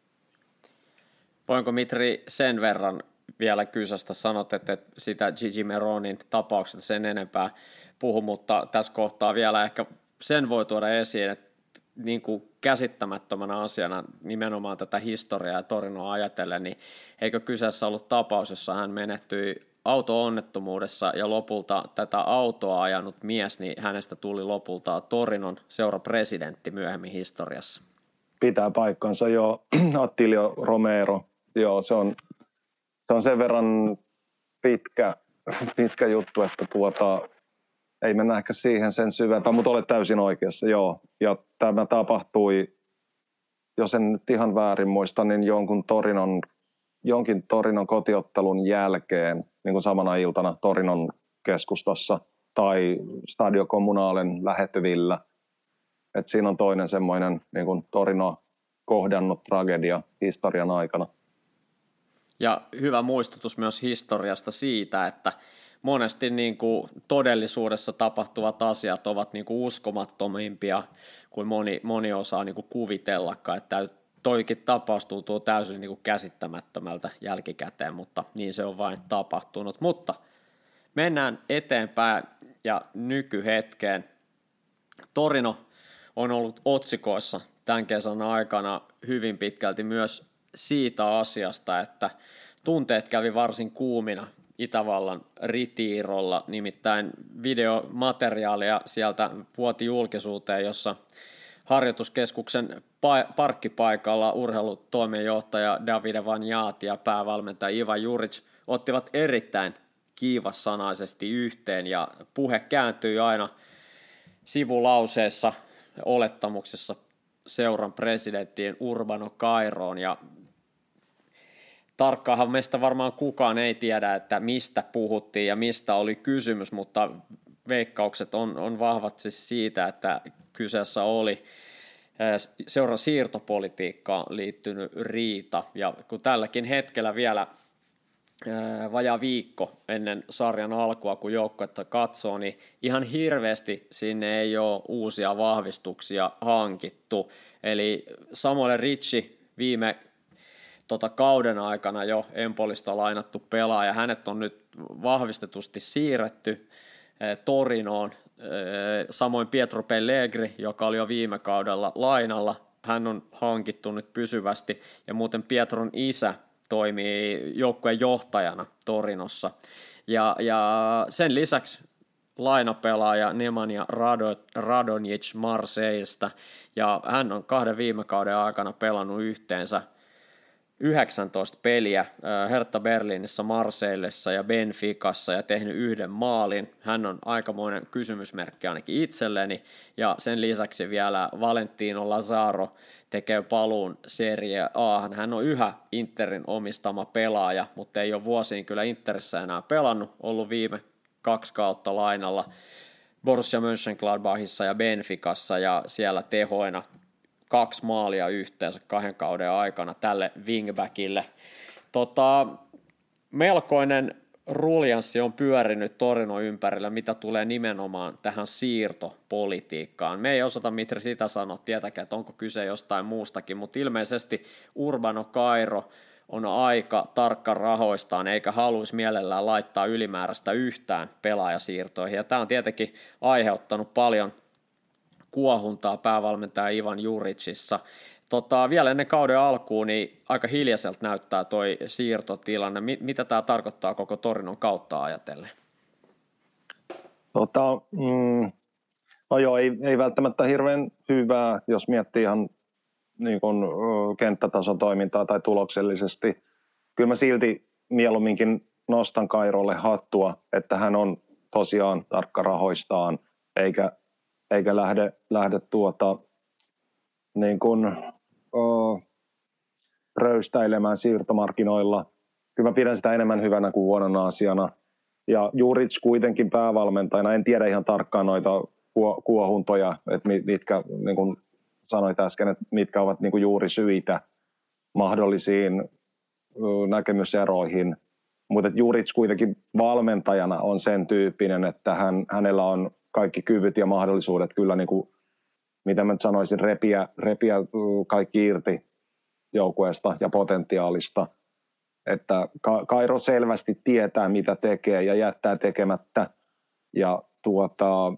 Voinko Mitri sen verran vielä kysästä, sanot, että sitä Gigi Meronin tapauksesta sen enempää puhu, mutta tässä kohtaa vielä ehkä sen voi tuoda esiin, että niin kuin käsittämättömänä asiana nimenomaan tätä historiaa ja Torinoa ajatellen, niin eikö kyseessä ollut tapaus, jossa hän menehtyi auto-onnettomuudessa ja lopulta tätä autoa ajanut mies, niin hänestä tuli lopulta Torinon seurapresidentti myöhemmin historiassa. Pitää paikkansa, joo. Attilio Romero, joo, se on, se on sen verran pitkä, pitkä juttu, että tuota, ei mennä ehkä siihen sen syvempään, mutta olet täysin oikeassa, joo. Ja tämä tapahtui, jos en nyt ihan väärin muista, niin jonkun Torinon, jonkin Torinon kotiottelun jälkeen, niin kuin samana iltana Torinon keskustassa tai Stadio Comunalen lähettyvillä. Et siinä on toinen semmoinen niin kuin Torino kohdannut tragedia historian aikana. Ja hyvä muistutus myös historiasta siitä, että monesti niin kuin todellisuudessa tapahtuvat asiat ovat niin kuin uskomattomimpia kuin moni, moni osaa niin kuin kuvitellakaan. Että toikin tapaus tuntuu täysin niin kuin käsittämättömältä jälkikäteen, mutta niin se on vain tapahtunut. Mutta mennään eteenpäin ja nykyhetkeen. Torino on ollut otsikoissa tämän kesän aikana hyvin pitkälti myös siitä asiasta, että tunteet kävi varsin kuumina Itävallan Ritiirolla, nimittäin videomateriaalia sieltä vuoti julkisuuteen, jossa harjoituskeskuksen pa- parkkipaikalla urheilutoimenjohtaja Davide Vanjati ja päävalmentaja Iva Juric ottivat erittäin kiivassanaisesti yhteen ja puhe kääntyi aina sivulauseessa olettamuksessa seuran presidenttiin Urbano Cairoon ja tarkkaahan meistä varmaan kukaan ei tiedä, että mistä puhuttiin ja mistä oli kysymys, mutta veikkaukset on, on vahvat siis siitä, että kyseessä oli seuran siirtopolitiikkaan liittynyt riita, ja kun tälläkin hetkellä vielä vajaa viikko ennen sarjan alkua, kun joukkuetta katsoo, niin ihan hirveästi sinne ei ole uusia vahvistuksia hankittu. Eli Samuel Ricci viime tota, kauden aikana jo Empolista lainattu pelaaja, hänet on nyt vahvistetusti siirretty eh, Torinoon. Eh, samoin Pietro Pellegri, joka oli jo viime kaudella lainalla, hän on hankittu nyt pysyvästi, ja muuten Pietron isä toimii joukkueen johtajana Torinossa. Ja, ja sen lisäksi lainapelaaja Nemanja Rado, Radonjic Marseillesta, ja hän on kahden viime kauden aikana pelannut yhteensä yhdeksäntoista peliä Hertha Berliinissä, Marseillessa ja Benficassa ja tehnyt yhden maalin. Hän on aikamoinen kysymysmerkki ainakin itselleni, ja sen lisäksi vielä Valentino Lazaro tekee paluun Serie A. Hän on yhä Interin omistama pelaaja, mutta ei ole vuosiin kyllä Interissä enää pelannut, ollut viime kaksi kautta lainalla Borussia Mönchengladbachissa ja Benficassa, ja siellä tehoina kaksi maalia yhteensä kahden kauden aikana tälle wingbackille. Tota, melkoinen ruljanssi on pyörinyt Torino ympärillä, mitä tulee nimenomaan tähän siirtopolitiikkaan. Me ei osata Mitri sitä sanoa tietäkään, että onko kyse jostain muustakin, mutta ilmeisesti Urbano Cairo on aika tarkka rahoistaan, eikä haluaisi mielellään laittaa ylimääräistä yhtään pelaajasiirtoihin. Ja tämä on tietenkin aiheuttanut paljon kuohuntaa päävalmentaja Ivan Juricissa. Tota, vielä ennen kauden alkuun niin aika hiljaiselta näyttää toi siirtotilanne. Mitä tämä tarkoittaa koko Torinon kautta ajatellen? Tota, mm, no joo, ei, ei välttämättä hirveän hyvää, jos miettii ihan niin kuin, kenttätason toimintaa tai tuloksellisesti. Kyllä mä silti mieluumminkin nostan Cairolle hattua, että hän on tosiaan tarkka rahoistaan, eikä eikä lähde, lähde tuota, niin kuin, oh, röystäilemään siirtomarkkinoilla. Kyllä mä pidän sitä enemmän hyvänä kuin huonona asiana. Ja Juric kuitenkin päävalmentajana, en tiedä ihan tarkkaan noita kuohuntoja, että mitkä, niin kuin sanoit äsken, että mitkä ovat niin kuin juuri syitä mahdollisiin näkemyseroihin. Mutta Juric kuitenkin valmentajana on sen tyyppinen, että hän, hänellä on kaikki kyvyt ja mahdollisuudet kyllä, niin kuin, mitä mä sanoisin, repiä, repiä kaikki irti joukkueesta ja potentiaalista. Että Cairo selvästi tietää, mitä tekee ja jättää tekemättä. Ja tuota,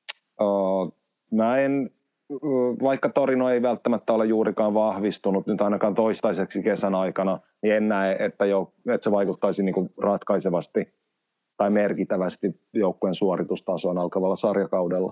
uh, mä en, uh, vaikka Torino ei välttämättä ole juurikaan vahvistunut nyt ainakaan toistaiseksi kesän aikana, niin en näe, että, jo, että se vaikuttaisi niin kuin ratkaisevasti tai merkittävästi joukkueen suoritustasoon alkavalla sarjakaudella.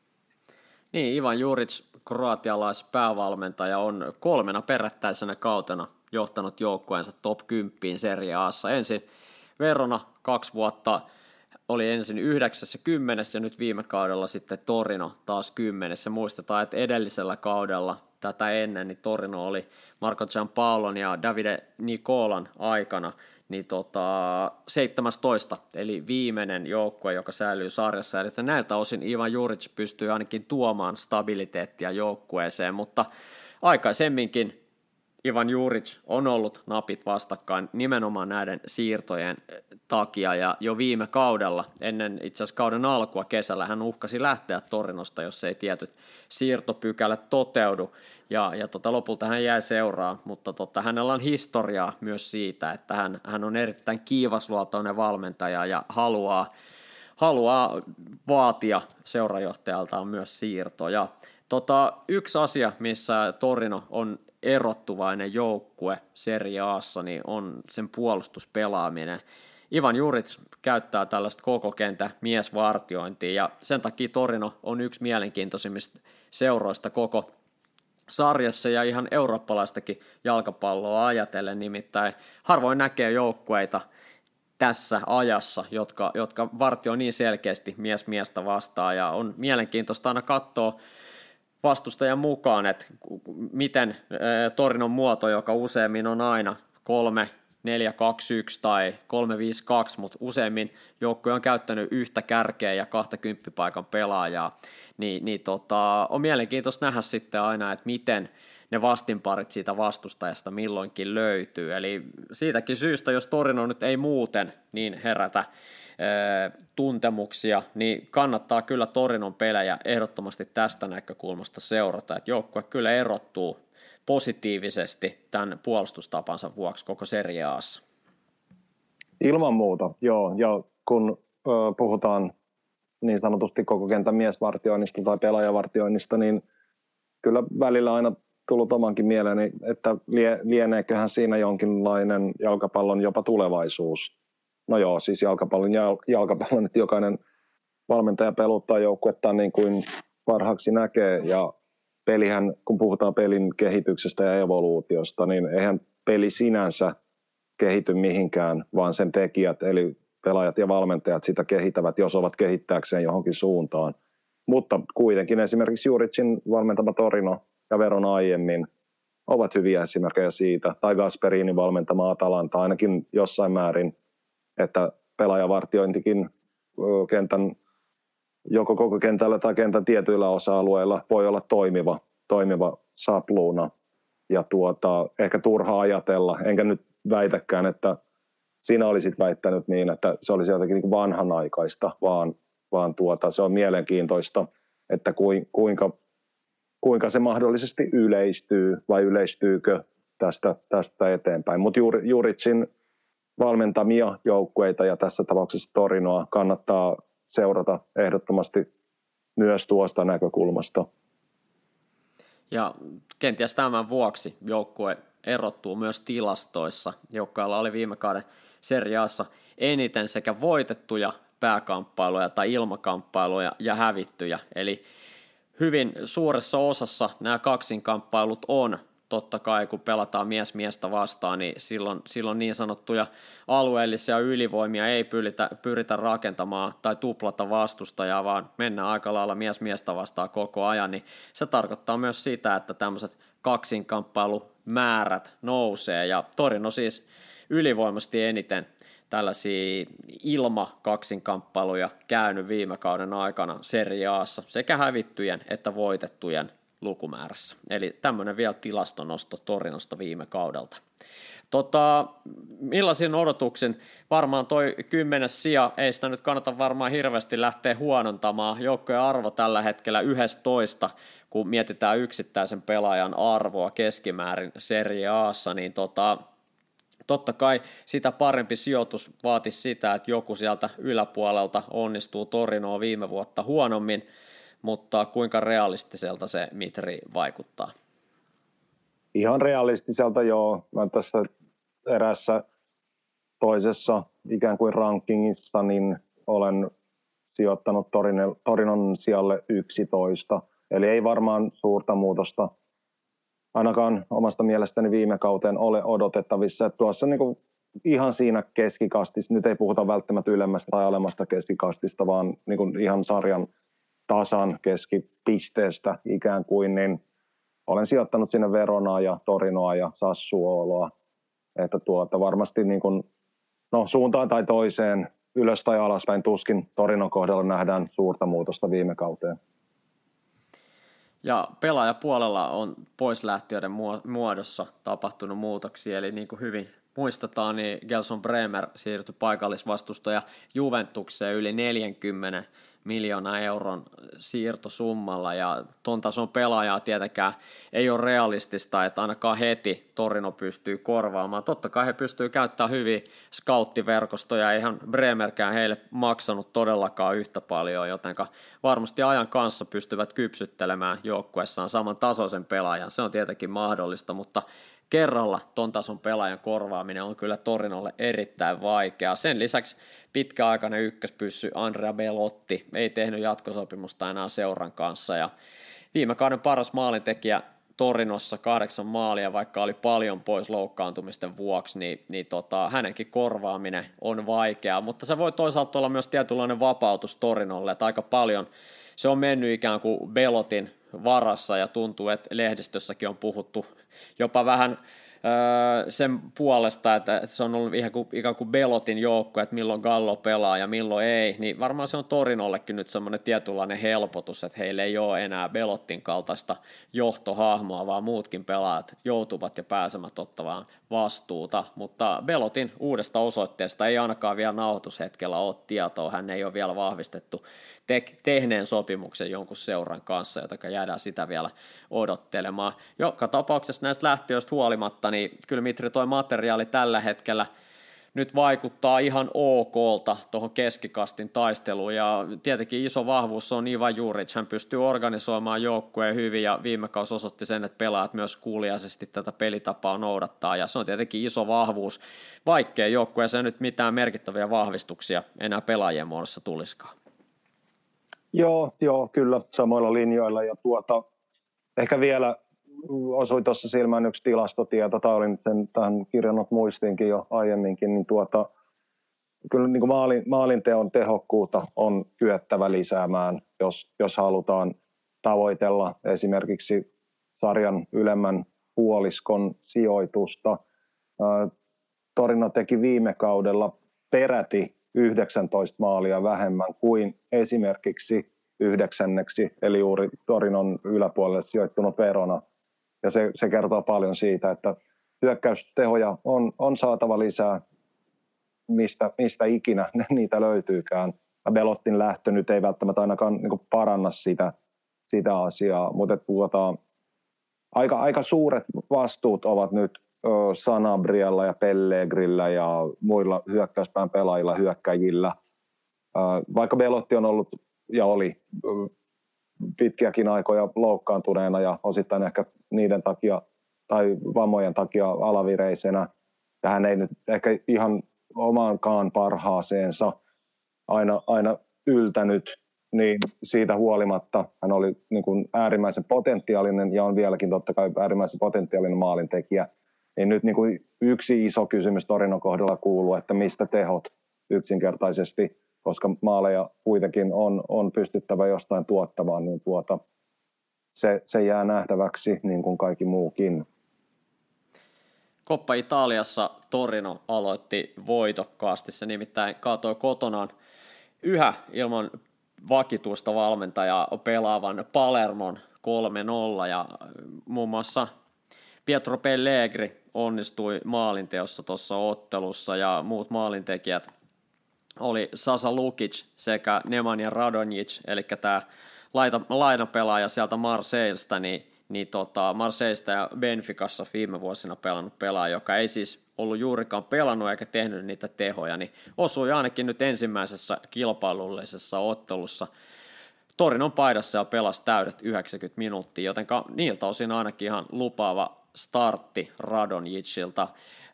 Niin, Ivan Juric, kroatialaispäävalmentaja, on kolmena perättäisenä kautena johtanut joukkueensa top kymmenen Serie A:ssa. Ensin Verona kaksi vuotta oli ensin yhdeksäs ja kymmenes, ja nyt viime kaudella sitten Torino taas kymmenes. Ja muistetaan, että edellisellä kaudella tätä ennen niin Torino oli Marco Giampaolon ja Davide Nicolan aikana niin tota, seitsemäntoista, eli viimeinen joukkue, joka säilyy sarjassa. Eli näiltä osin Ivan Juric pystyy ainakin tuomaan stabiliteettia joukkueeseen, mutta aikaisemminkin Ivan Juric on ollut napit vastakkain nimenomaan näiden siirtojen takia, ja jo viime kaudella, ennen itse asiassa kauden alkua kesällä, hän uhkasi lähteä Torinosta, jos ei tietyt siirtopykälät toteudu, ja, ja tota, lopulta hän jäi seuraan, mutta tota, hänellä on historiaa myös siitä, että hän, hän on erittäin kiivasluotoinen valmentaja ja haluaa, haluaa vaatia seurajohtajaltaan myös siirtoja. Tota, yksi asia, missä Torino on erottuvainen joukkue Serie A:ssa, niin on sen puolustuspelaaminen. Ivan Juric käyttää tällaista koko kentän miesvartiointia, ja sen takia Torino on yksi mielenkiintoisimmista seuroista koko sarjassa ja ihan eurooppalaistakin jalkapalloa ajatellen, nimittäin harvoin näkee joukkueita tässä ajassa, jotka, jotka vartioi niin selkeästi mies miestä vastaan, ja on mielenkiintoista aina katsoa vastustajan mukaan, että miten Torinon muoto, joka useimmin on aina kolme neljä kaksi yksi tai kolme viisi kaksi, mutta useimmin joukkue on käyttänyt yhtä kärkeä ja kahta kymppipaikan pelaajaa, niin, niin tota, on mielenkiintoista nähdä sitten aina, että miten ne vastinparit siitä vastustajasta milloinkin löytyy, eli siitäkin syystä, jos Torino nyt ei muuten niin herätä tuntemuksia, niin kannattaa kyllä Torinon pelejä ehdottomasti tästä näkökulmasta seurata, että joukkue kyllä erottuu positiivisesti tämän puolustustapansa vuoksi koko Serie A:ssa. Ilman muuta, joo, ja kun ö, puhutaan niin sanotusti koko kentän miesvartioinnista tai pelaajavartioinnista, niin kyllä välillä aina tullut omankin mieleeni, että lie, lieneeköhän siinä jonkinlainen jalkapallon jopa tulevaisuus. No joo, siis jalkapallon ja jalkapallon, että jokainen valmentaja peluttaa joukkuettaan niin kuin parhaaksi näkee, ja pelihän, kun puhutaan pelin kehityksestä ja evoluutiosta, niin eihän peli sinänsä kehity mihinkään, vaan sen tekijät, eli pelaajat ja valmentajat sitä kehittävät, jos ovat kehittääkseen johonkin suuntaan. Mutta kuitenkin esimerkiksi Juricin valmentama Torino ja Verona aiemmin ovat hyviä esimerkkejä siitä, tai Gasperinin valmentama Atalanta ainakin jossain määrin, että pelaajavartiointikin kentän, joko koko kentällä tai kentän tietyillä osa-alueilla voi olla toimiva, toimiva sapluuna. Ja tuota, ehkä turha ajatella, enkä nyt väitäkään, että sinä olisit väittänyt niin, että se olisi jotenkin niin kuin vanhanaikaista, vaan, vaan tuota, se on mielenkiintoista, että kuinka, kuinka se mahdollisesti yleistyy vai yleistyykö tästä, tästä eteenpäin. Mutta Juricin valmentamia joukkueita ja tässä tapauksessa Torinoa kannattaa seurata ehdottomasti myös tuosta näkökulmasta. Ja kenties tämän vuoksi joukkue erottuu myös tilastoissa. Joukkueella oli viime kauden Serie A:ssa eniten sekä voitettuja pääkamppailuja tai ilmakamppailuja ja hävittyjä. Eli hyvin suuressa osassa nämä kaksinkamppailut on. Totta kai, kun pelataan mies miestä vastaan, niin silloin, silloin niin sanottuja alueellisia ylivoimia ei pyritä, pyritä rakentamaan tai tuplata vastustajaa, vaan mennään aika lailla mies miestä vastaan koko ajan, niin se tarkoittaa myös sitä, että tämmöiset kaksinkamppailumäärät nousee, ja Torino siis ylivoimasti eniten tällaisia ilma-kaksinkamppailuja käynyt viime kauden aikana Serie A:ssa sekä hävittyjen että voitettujen lukumäärässä. Eli tämmöinen vielä tilastonosto Torinosta viime kaudelta. Tota, millaisin odotuksin? Varmaan toi kymmenes sija, ei sitä nyt kannata varmaan hirveästi lähteä huonontamaan. Joukkojen arvo tällä hetkellä yksitoista, kun mietitään yksittäisen pelaajan arvoa keskimäärin Serie A:ssa, niin tota, totta kai sitä parempi sijoitus vaatisi sitä, että joku sieltä yläpuolelta onnistuu Torinoa viime vuotta huonommin, mutta kuinka realistiselta se Mitri vaikuttaa? Ihan realistiselta joo. Mä tässä erässä toisessa ikään kuin rankingissa niin olen sijoittanut Torino, Torinon sijalle yksitoista. Eli ei varmaan suurta muutosta ainakaan omasta mielestäni viime kauteen ole odotettavissa. Että tuossa niin kuin ihan siinä keskikastissa, nyt ei puhuta välttämättä ylemmästä tai alemmasta keskikastista, vaan niin kuin ihan sarjan tasan keskipisteestä ikään kuin, niin olen sijoittanut sinne Veronaa ja Torinoa ja Sassuoloa, että tuota, varmasti niin kuin, no, suuntaan tai toiseen, ylös tai alaspäin, tuskin Torinon kohdalla nähdään suurta muutosta viime kauteen. Ja pelaajapuolella on poislähtiöiden muodossa tapahtunut muutoksia, eli niin kuin hyvin muistetaan, niin Gelson Bremer siirtyi paikallisvastustaja Juventukseen yli neljäkymmentä miljoonaa euron siirtosummalla, ja ton tason pelaajaa tietenkään ei ole realistista, että ainakaan heti Torino pystyy korvaamaan. Totta kai he pystyy käyttämään hyvin scouttiverkostoja, eihän Bremerkään heille maksanut todellakaan yhtä paljon, jotenka varmasti ajan kanssa pystyvät kypsyttelemään joukkuessaan saman tasoisen pelaajan. Se on tietenkin mahdollista, mutta kerralla ton tason pelaajan korvaaminen on kyllä Torinolle erittäin vaikeaa. Sen lisäksi pitkäaikainen ykköspyssy Andrea Belotti ei tehnyt jatkosopimusta enää seuran kanssa, ja viime kauden paras maalintekijä Torinossa kahdeksan maalia, vaikka oli paljon pois loukkaantumisten vuoksi, niin, niin tota, hänenkin korvaaminen on vaikeaa, mutta se voi toisaalta olla myös tietynlainen vapautus Torinolle, että aika paljon se on mennyt ikään kuin Belotin varassa, ja tuntuu, että lehdistössäkin on puhuttu jopa vähän sen puolesta, että se on ollut ihan kuin, ikään kuin Belotin joukko, että milloin Gallo pelaa ja milloin ei, niin varmaan se on Torinollekin nyt semmoinen tietynlainen helpotus, että heillä ei ole enää Belotin kaltaista johtohahmoa, vaan muutkin pelaajat joutuvat ja pääsemät ottamaan vastuuta, mutta Belotin uudesta osoitteesta ei ainakaan vielä nauhoitushetkellä ole tietoa, hän ei ole vielä vahvistettu te- tehneen sopimuksen jonkun seuran kanssa, jota jäädään sitä vielä odottelemaan. Joka tapauksessa näistä lähtiöistä huolimatta, niin kyllä Mitri toi materiaali tällä hetkellä nyt vaikuttaa ihan okolta tuohon keskikastin taisteluun, ja tietenkin iso vahvuus on Ivan Juric, hän pystyy organisoimaan joukkueen hyvin, ja viime kausi osoitti sen, että pelaajat myös kuuliaisesti tätä pelitapaa noudattaa, ja se on tietenkin iso vahvuus, vaikkei joukkueeseen nyt mitään merkittäviä vahvistuksia enää pelaajien muodossa tulisikaan. Joo, joo, kyllä samoilla linjoilla, ja tuota, ehkä vielä osui tuossa silmään yksi tilastotieto, tai olin sen tähän kirjannut muistiinkin jo aiemminkin, niin tuota, kyllä niin kuin maalin, maalinteon tehokkuutta on kyettävä lisäämään, jos, jos halutaan tavoitella esimerkiksi sarjan ylemmän puoliskon sijoitusta. Torino teki viime kaudella peräti yhdeksäntoista maalia vähemmän kuin esimerkiksi yhdeksänneksi, eli juuri Torinon yläpuolelle sijoittunut Verona. Ja se, se kertoo paljon siitä, että hyökkäystehoja on, on saatava lisää, mistä, mistä ikinä niitä löytyykään. Belottin lähtö nyt ei välttämättä ainakaan niin kuin paranna sitä, sitä asiaa, mutta tuota, aika, aika suuret vastuut ovat nyt ö, Sanabrialla ja Pellegrillä ja muilla hyökkäyspään pelaajilla, hyökkäjillä. Ö, vaikka Belotti on ollut ja oli ö, pitkiäkin aikoja loukkaantuneena ja osittain ehkä niiden takia tai vammojen takia alavireisenä. Ja hän ei nyt ehkä ihan omaankaan parhaaseensa aina, aina yltänyt, niin siitä huolimatta hän oli niin kuin äärimmäisen potentiaalinen ja on vieläkin totta kai äärimmäisen potentiaalinen maalintekijä. Niin nyt niin kuin yksi iso kysymys Torinon kohdalla kuuluu, että mistä tehot yksinkertaisesti, koska maaleja kuitenkin on, on pystyttävä jostain tuottamaan, niin tuota, se, se jää nähtäväksi niin kuin kaikki muukin. Coppa Italiassa Torino aloitti voitokkaasti, se nimittäin kaatoi kotonaan yhä ilman vakituista valmentajaa pelaavan Palermon kolme nolla, ja muun muassa Pietro Pellegri onnistui maalinteossa tuossa ottelussa, ja muut maalintekijät oli Sasa Lukic sekä Nemanja Radonjic, eli tämä lainapelaaja sieltä Marseillesta, niin, niin tota, Marseillesta ja Benficassa viime vuosina pelannut pelaaja, joka ei siis ollut juurikaan pelannut eikä tehnyt niitä tehoja, niin osui ainakin nyt ensimmäisessä kilpailullisessa ottelussa Torinon paidassa ja pelasi täydet yhdeksänkymmentä minuuttia, joten niiltä osin ainakin ihan lupaava startti Radonjicilta.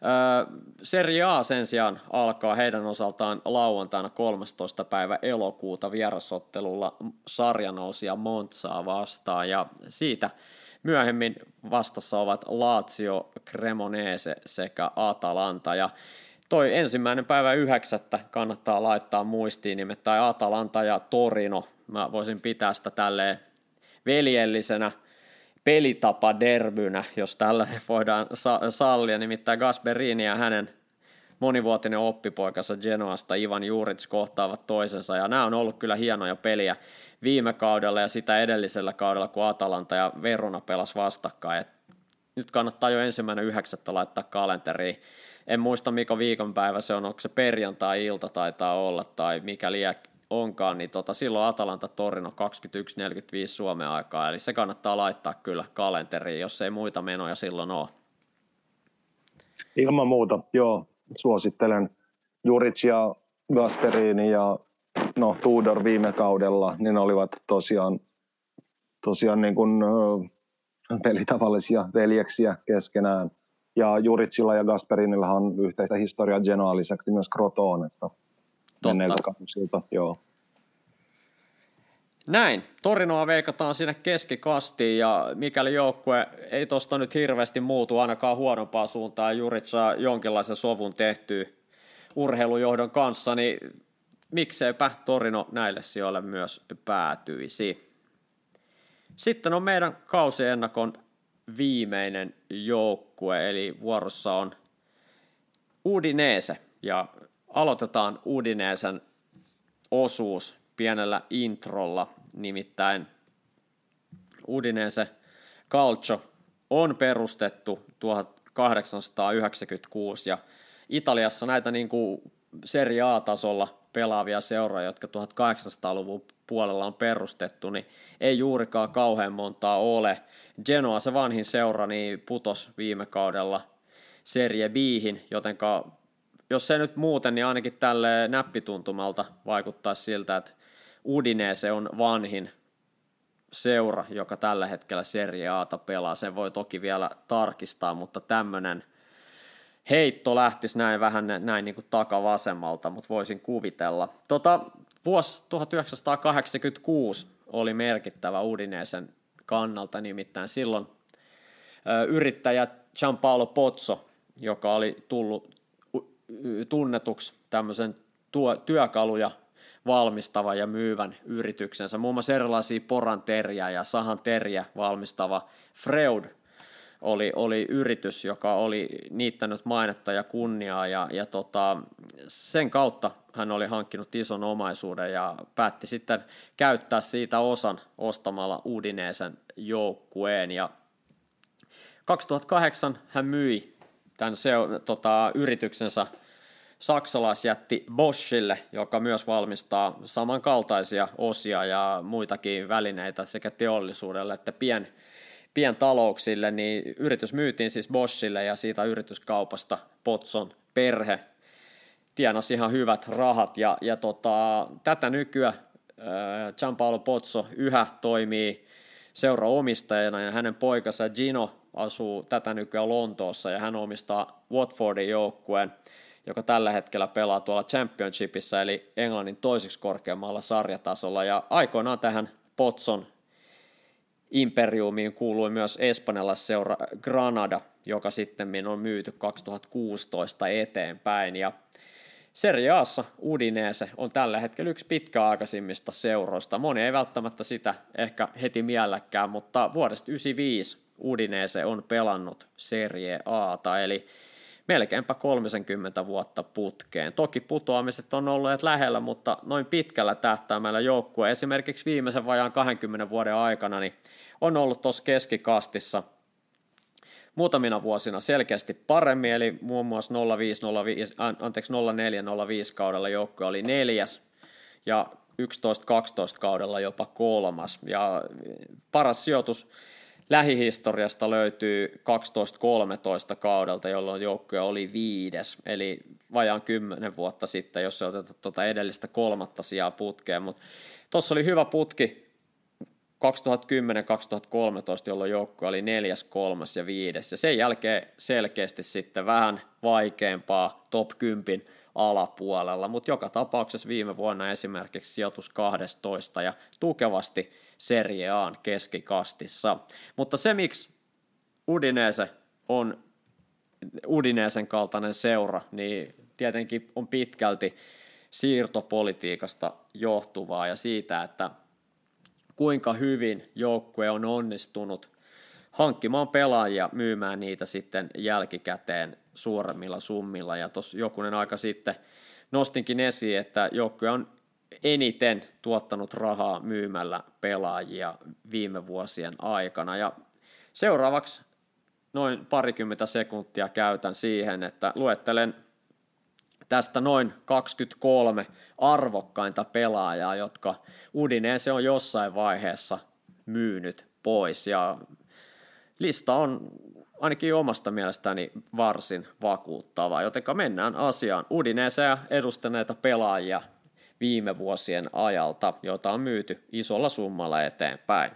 Serie A sen sijaan alkaa heidän osaltaan lauantaina kolmastoista päivä elokuuta vierasottelulla sarjanousia Monzaa vastaan, ja siitä myöhemmin vastassa ovat Lazio, Cremonese sekä Atalanta, ja toi ensimmäinen päivä yhdeksättä kannattaa laittaa muistiin, nimittäin Atalanta ja Torino. Mä voisin pitää sitä tälleen veljellisenä pelitapa derbynä, jos tällainen voidaan sallia, nimittäin Gasperini ja hänen monivuotinen oppipoikansa Genoasta Ivan Juric kohtaavat toisensa, ja nämä on ollut kyllä hienoja peliä viime kaudella ja sitä edellisellä kaudella, kun Atalanta ja Verona pelas vastakkain. Et nyt kannattaa jo ensimmäinen yhdeksättä laittaa kalenteriin. En muista mikä viikonpäivä se on, onko se perjantai-ilta taitaa olla tai mikä liian onkaan, niin tota, silloin Atalanta Torino kaksikymmentäyksi neljäkymmentäviisi Suomen aikaa, eli se kannattaa laittaa kyllä kalenteriin, jos ei muita menoja silloin ole. Ilman muuta, joo, suosittelen. Juric ja Gasperini ja no, Tudor viime kaudella, niin olivat tosiaan, tosiaan niin kuin, pelitavallisia veljeksiä keskenään. Ja Juricilla ja Gasperinillahan on yhteistä historiaa Genoan lisäksi myös Crotonesta. Totta. Joo. Näin. Torinoa veikataan sinne keskikastiin, ja mikäli joukkue ei tuosta nyt hirveästi muutu ainakaan huonompaa suuntaan, ja Juric saa jonkinlaisen sovun tehtyä urheilujohdon kanssa, niin mikseipä Torino näille sijoille myös päätyisi. Sitten on meidän kausiennakon viimeinen joukkue, eli vuorossa on Udinese, ja aloitetaan Udinesen osuus pienellä introlla, nimittäin Udinese Calcio on perustettu tuhatkahdeksansataayhdeksänkymmentäkuusi, ja Italiassa näitä niin kuin Serie A-tasolla pelaavia seuroja, jotka tuhatkahdeksansataaluvun puolella on perustettu, niin ei juurikaan kauhean montaa ole. Genoa, se vanhin seura, niin putos viime kaudella Serie B:hin, jotenka jos se nyt muuten, niin ainakin tälle näppituntumalta vaikuttaa siltä, että Udinese on vanhin seura, joka tällä hetkellä Serie A:ta pelaa. Sen voi toki vielä tarkistaa, mutta tämmöinen heitto lähtisi näin vähän näin niin kuin takavasemmalta, mutta voisin kuvitella. Tota, vuosi tuhatyhdeksänsataakahdeksankymmentäkuusi oli merkittävä Udinesen kannalta, nimittäin silloin ö, yrittäjä Gianpaolo Pozzo, joka oli tullut tunnetuksi tämmöisen tuo, työkaluja valmistava ja myyvän yrityksensä, muun muassa erilaisia poranteriä ja sahanteriä valmistava Freud oli, oli yritys, joka oli niittänyt mainetta ja kunniaa, ja, ja tota, sen kautta hän oli hankkinut ison omaisuuden ja päätti sitten käyttää siitä osan ostamalla Udinesen joukkueen, ja kaksituhattakahdeksan hän myi tämän se, tota, yrityksensä saksalaisjätti Boschille, joka myös valmistaa samankaltaisia osia ja muitakin välineitä sekä teollisuudelle että pien, pientalouksille, niin yritys myytiin siis Boschille, ja siitä yrityskaupasta Pozzon perhe tienasi ihan hyvät rahat, ja, ja tota, tätä nykyään Gianpaolo Pozzo yhä toimii seuraomistajana, ja hänen poikansa Gino asuu tätä nykyään Lontoossa, ja hän omistaa Watfordin joukkueen, joka tällä hetkellä pelaa tuolla Championshipissa, eli Englannin toiseksi korkeammalla sarjatasolla, ja aikoinaan tähän Pozzon imperiumiin kuului myös espanjalaisseura Granada, joka sitten on myyty kaksituhattakuusitoista eteenpäin, ja Serie A:ssa Udinese on tällä hetkellä yksi pitkäaikaisimmista seuroista. Moni ei välttämättä sitä ehkä heti mielläkään, mutta vuodesta yhdeksänkymmentäviisi Udinese on pelannut Serie A:ta, eli melkeinpä kolmekymmentä vuotta putkeen. Toki putoamiset on olleet lähellä, mutta noin pitkällä tähtäimellä joukkue esimerkiksi viimeisen vajaan kaksikymmentä vuoden aikana niin on ollut tuossa keskikastissa muutamina vuosina selkeästi paremmin, eli muun muassa nolla viisi nolla viisi, anteeksi nolla neljä nolla viisi kaudella joukkue oli neljäs, ja yksitoista kaksitoista kaudella jopa kolmas, ja paras sijoitus lähihistoriasta löytyy kaksitoista kolmetoista kaudelta, jolloin joukkue oli viides, eli vajaan kymmenen vuotta sitten, jos se otetaan tuota edellistä kolmatta sijaa putkeen, mutta tuossa oli hyvä putki kaksituhattakymmenen kaksituhattakolmetoista, jolloin joukkue oli neljäs, kolmas ja viides, ja sen jälkeen selkeästi sitten vähän vaikeampaa top kymmenen alapuolella, mutta joka tapauksessa viime vuonna esimerkiksi sijoitus kaksitoista ja tukevasti Serie A:n keskikastissa. Mutta se, miksi Udinese on Udinesen kaltainen seura, niin tietenkin on pitkälti siirtopolitiikasta johtuvaa ja siitä, että kuinka hyvin joukkue on onnistunut hankkimaan pelaajia, myymään niitä sitten jälkikäteen suuremmilla summilla. Ja tuossa jokunen aika sitten nostinkin esiin, että joukkue on eniten tuottanut rahaa myymällä pelaajia viime vuosien aikana. Ja seuraavaksi noin parikymmentä sekuntia käytän siihen, että luettelen tästä noin kaksikymmentäkolme arvokkainta pelaajaa, jotka Udinese on jossain vaiheessa myynyt pois. Ja lista on ainakin omasta mielestäni varsin vakuuttava, jotenka mennään asiaan. Udinesea edustaneita pelaajia viime vuosien ajalta, joita on myyty isolla summalla eteenpäin.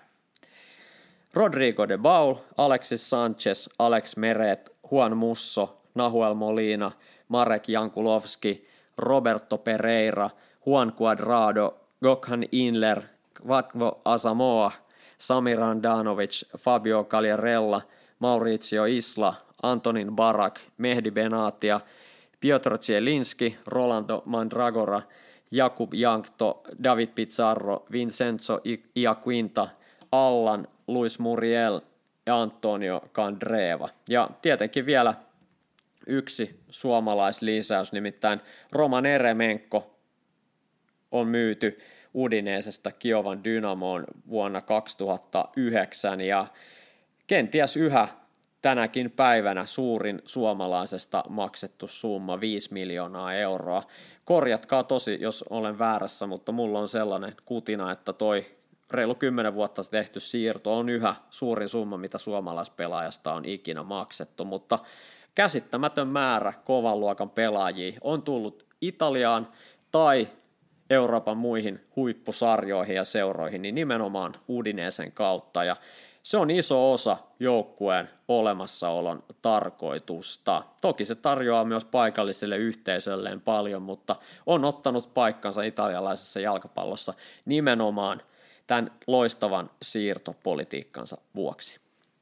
Rodrigo de Paul, Alexis Sanchez, Alex Meret, Juan Musso, Nahuel Molina, Marek Jankulovski, Roberto Pereira, Juan Cuadrado, Gökhan Inler, Vatvo Asamoah, Samir Handanovic, Fabio Cagliarella, Mauricio Isla, Antonin Barak, Mehdi Benatia, Piotr Zielinski, Rolando Mandragora, Jakub Jankto, David Pizarro, Vincenzo Iaquinta, Allan, Luis Muriel, ja Antonio Candreva. Ja tietenkin vielä yksi suomalaislisäys, nimittäin Roman Eremenko on myyty Udinesesta Kiovan Dynamoon vuonna kaksituhattayhdeksän ja kenties yhä tänäkin päivänä suurin suomalaisesta maksettu summa viisi miljoonaa euroa. Korjatkaa tosi, jos olen väärässä, mutta mulla on sellainen kutina, että toi reilu kymmenen vuotta tehty siirto on yhä suurin summa, mitä suomalaispelaajasta on ikinä maksettu, mutta käsittämätön määrä kovan luokan pelaajia on tullut Italiaan tai Euroopan muihin huippusarjoihin ja seuroihin, niin nimenomaan Udinesen kautta, ja se on iso osa joukkueen olemassaolon tarkoitusta. Toki se tarjoaa myös paikalliselle yhteisölleen paljon, mutta on ottanut paikkansa italialaisessa jalkapallossa nimenomaan tämän loistavan siirtopolitiikkansa vuoksi.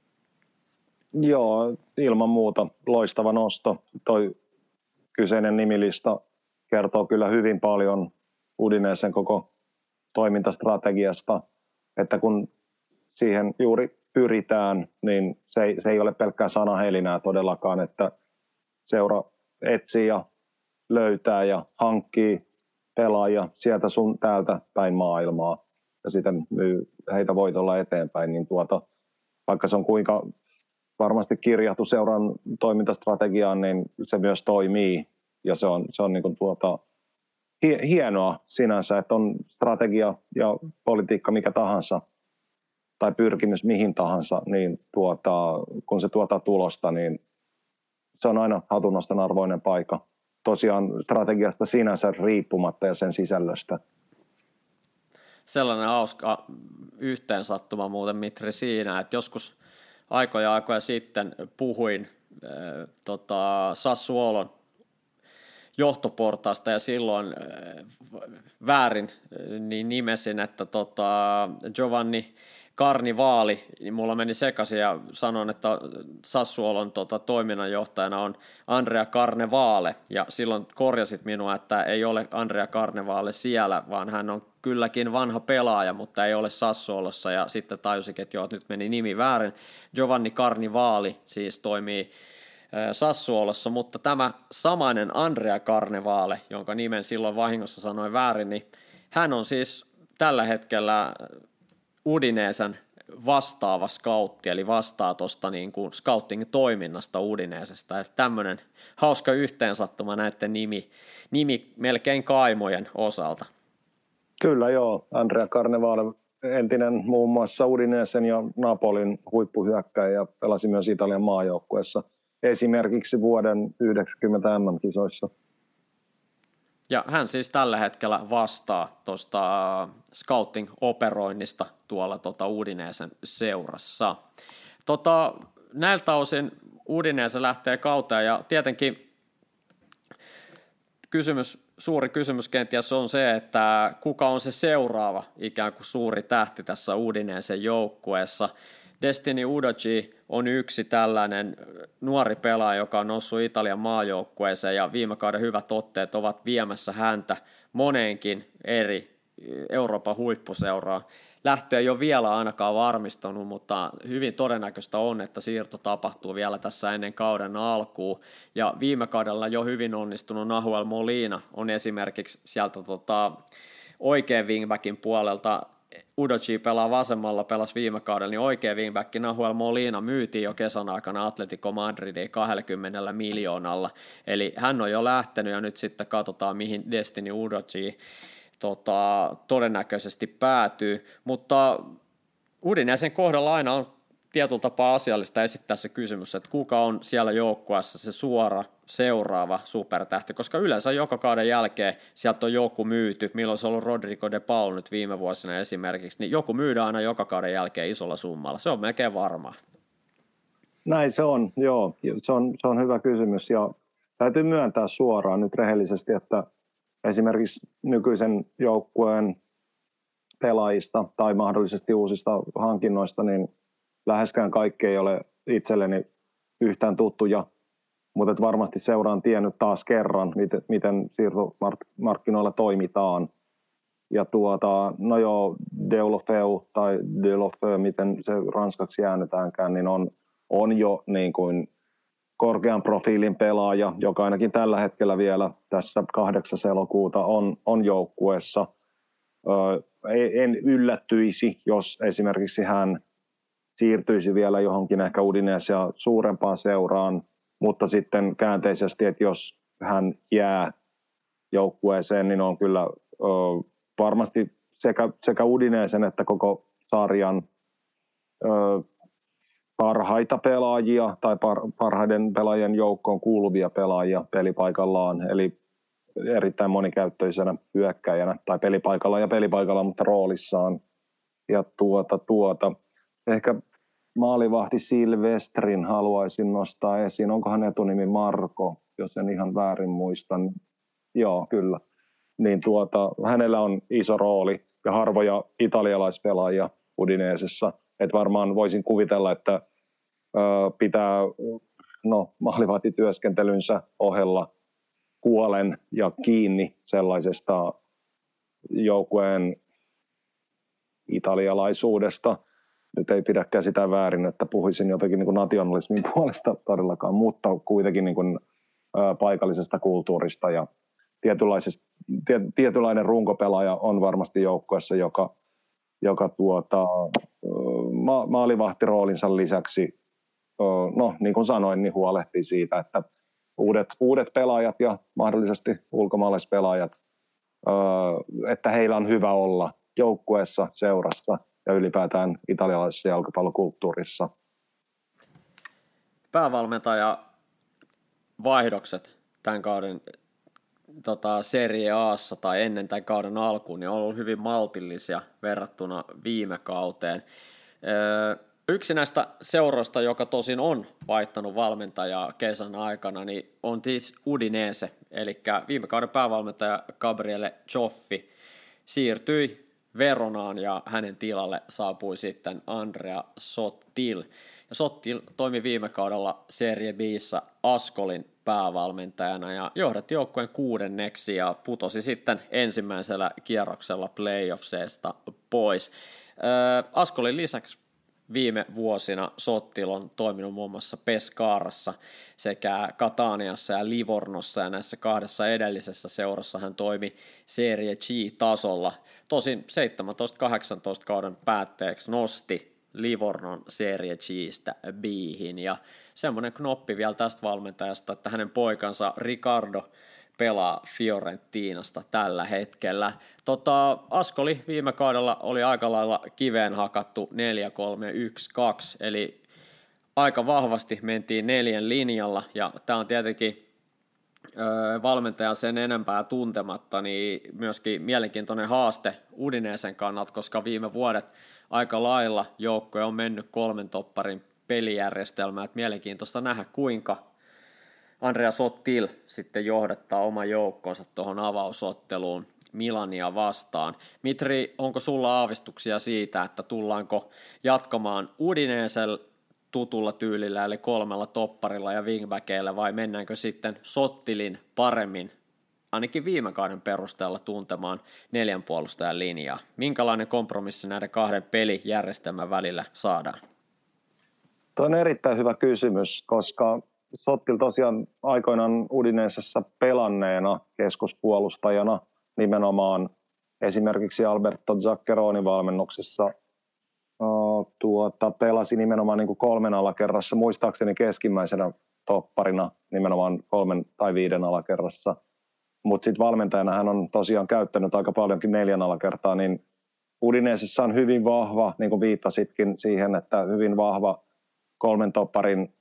Joo, ilman muuta loistava nosto. Toi kyseinen nimilista kertoo kyllä hyvin paljon Udinesen koko toimintastrategiasta, että kun siihen juuri pyritään, niin se ei, se ei ole pelkkää sanahelinää todellakaan, että seura etsii ja löytää ja hankkii pelaajia sieltä sun täältä päin maailmaa ja sitten myy heitä voitolla eteenpäin, niin tuota, vaikka se on kuinka varmasti kirjattu seuran toimintastrategiaan, niin se myös toimii ja se on, se on niin kuin tuota, hienoa sinänsä, että on strategia ja politiikka mikä tahansa tai pyrkimys mihin tahansa, niin tuota, kun se tuottaa tulosta, niin se on aina hatunnoston arvoinen paikka. Tosiaan strategiasta sinänsä riippumatta ja sen sisällöstä. Sellainen hauska yhteensattuma muuten, Mitri, siinä, että joskus aikoja aikoja sitten puhuin äh, tota, Sassuolon johtoportaasta ja silloin äh, väärin äh, niin nimesin, että tota, Giovanni Carnivali, niin mulla meni sekaisin ja sanon, että Sassuolon tota, toiminnanjohtajana on Andrea Carnevale, ja silloin korjasit minua, että ei ole Andrea Carnevale siellä, vaan hän on kylläkin vanha pelaaja, mutta ei ole Sassuolossa, ja sitten tajusikin, että joo, nyt meni nimi väärin. Giovanni Carnivali siis toimii Sassuolossa, mutta tämä samainen Andrea Carnevale, jonka nimen silloin vahingossa sanoin väärin, niin hän on siis tällä hetkellä Udinesen vastaava scoutti, eli vastaa tuosta niin kuin scouting-toiminnasta Udinesesta. Että tämmöinen hauska yhteensattuma näiden nimi, nimi melkein kaimojen osalta. Kyllä joo, Andrea Carnevale, entinen muun muassa Udinesen ja Napolin huippuhyökkäjä ja pelasi myös Italian maajoukkueessa esimerkiksi vuoden yhdeksänkymmentä M M-kisoissa. Ja hän siis tällä hetkellä vastaa tuosta scouting-operoinnista tuolla tota Udinesen seurassa. Tota, näiltä osin Udinese lähtee kauteen ja tietenkin kysymys, suuri kysymys kenties on se, että kuka on se seuraava ikään kuin suuri tähti tässä Udinesen joukkueessa. Destiny Udogie on yksi tällainen nuori pelaaja, joka on noussut Italian maajoukkueeseen ja viime kauden hyvät otteet ovat viemässä häntä moneenkin eri Euroopan huippuseuraa. Lähtö ei ole vielä ainakaan varmistunut, mutta hyvin todennäköistä on, että siirto tapahtuu vielä tässä ennen kauden alkuun. Ja viime kaudella jo hyvin onnistunut Nahuel Molina on esimerkiksi sieltä tota, oikean wingbackin puolelta. Udogie pelaa vasemmalla, pelasi viime kaudella, niin oikea wingback Nahuel Molina myytiin jo kesän aikana Atletico Madridiin kaksikymmentä miljoonalla. Eli hän on jo lähtenyt ja nyt sitten katsotaan, mihin Destiny Udogie tota, todennäköisesti päätyy. Mutta Udinesen kohdalla aina on tietyllä tapaa asiallista esittää se kysymys, että kuka on siellä joukkueessa se suora seuraava supertähti, koska yleensä joka kauden jälkeen sieltä on joku myyty, milloin se on ollut Rodrigo de Paul nyt viime vuosina esimerkiksi, niin joku myydään aina joka kauden jälkeen isolla summalla, se on melkein varmaa. Näin se on, joo, se on, se on hyvä kysymys ja täytyy myöntää suoraan nyt rehellisesti, että esimerkiksi nykyisen joukkueen pelaajista tai mahdollisesti uusista hankinnoista, niin läheskään kaikki ei ole itselleni yhtään tuttuja, mutta et varmasti seuraan tiennyt taas kerran, miten, miten siirtomarkkinoilla toimitaan. ja tuota, no joo, Deulofeu tai Deulofeu, miten se ranskaksi äännetäänkään, niin on, on jo niin kuin korkean profiilin pelaaja, joka ainakin tällä hetkellä vielä tässä kahdeksas elokuuta on, on joukkueessa. En yllättyisi, jos esimerkiksi hän siirtyisi vielä johonkin ehkä Udinesea suurempaan seuraan, mutta sitten käänteisesti, että jos hän jää joukkueeseen, niin on kyllä ö, varmasti sekä, sekä Udinesen että koko sarjan ö, parhaita pelaajia tai par, parhaiden pelaajien joukkoon kuuluvia pelaajia pelipaikallaan, eli erittäin monikäyttöisenä hyökkäjänä tai pelipaikalla ja pelipaikalla, mutta roolissaan. Ja tuota, tuota, ehkä maalivahti Silvestrin haluaisin nostaa esiin. Onkohan etunimi Marko, jos en ihan väärin muistan. Joo, kyllä. Niin tuota, hänellä on iso rooli ja harvoja italialaispelaajia Udinesessa. Et varmaan voisin kuvitella, että ö, pitää no, maalivahtityöskentelynsä ohella huolen ja kiinni sellaisesta joukkueen italialaisuudesta. Nyt ei pidä käsitellä väärin, että puhuisin jotenkin niin kuin nationalismin puolesta todellakaan, mutta kuitenkin niin kuin, ä, paikallisesta kulttuurista ja tie, tietynlainen runkopelaaja on varmasti joukkueessa, joka, joka tuota, ma, maalivahtiroolinsa lisäksi, no niin kuin sanoin, niin huolehtii siitä, että uudet, uudet pelaajat ja mahdollisesti ulkomaalaispelaajat, että heillä on hyvä olla joukkueessa, seurassa ja ylipäätään italialaisessa jalkapallokulttuurissa. Päävalmentaja vaihdokset tämän kauden tota, Serie A:ssa tai ennen tämän kauden alkuun niin on ollut hyvin maltillisia verrattuna viime kauteen. Öö, Yksi näistä seuroista, joka tosin on vaihtanut valmentajaa kesän aikana, niin on siis Udinese, eli viime kauden päävalmentaja Gabriele Cioffi siirtyi Veronaan ja hänen tilalle saapui sitten Andrea Sottil. Ja Sottil toimi viime kaudella Serie B:ssä Ascolin päävalmentajana ja johdatti joukkueen kuudenneksi ja putosi sitten ensimmäisellä kierroksella playoffseista pois. Äh, Ascolin lisäksi viime vuosina Sottil on toiminut muun muassa Pescarassa sekä Cataniassa ja Livornossa, ja näissä kahdessa edellisessä seurassa hän toimi Serie G-tasolla. Tosin seitsemäntoista kahdeksantoista kauden päätteeksi nosti Livornon Serie G:stä B:hin, ja semmoinen knoppi vielä tästä valmentajasta, että hänen poikansa Ricardo pelaa Fiorentinasta tällä hetkellä. Tota, Ascoli viime kaudella oli aika lailla kiveen hakattu neljä kolme yksi kaksi, eli aika vahvasti mentiin neljän linjalla, ja tämä on tietenkin ö, valmentaja sen enempää tuntematta, niin myöskin mielenkiintoinen haaste Udinesen kannalta, koska viime vuodet aika lailla joukkoja on mennyt kolmen topparin pelijärjestelmään, että mielenkiintoista nähdä, kuinka Andrea Sottil sitten johdattaa oman joukkonsa tuohon avausotteluun Milania vastaan. Mitri, onko sulla aavistuksia siitä, että tullaanko jatkamaan Udinesella tutulla tyylillä, eli kolmella topparilla ja wingbackeillä, vai mennäänkö sitten Sottilin paremmin, ainakin viime kauden perusteella, tuntemaan neljän puolustajan linjaa? Minkälainen kompromissi näiden kahden pelijärjestelmän välillä saadaan? Tuo on erittäin hyvä kysymys, koska Sottil tosiaan aikoinaan Udinesessa pelanneena keskuspuolustajana nimenomaan esimerkiksi Alberto Zaccheronin valmennuksessa uh, tuota, pelasi nimenomaan niin kuin kolmen alakerrassa, muistaakseni keskimmäisenä topparina nimenomaan kolmen tai viiden alakerrassa. Mutta sitten valmentajana hän on tosiaan käyttänyt aika paljonkin neljän alakertaa, niin Udinesessa on hyvin vahva, niin kuin viittasitkin siihen, että hyvin vahva kolmen topparin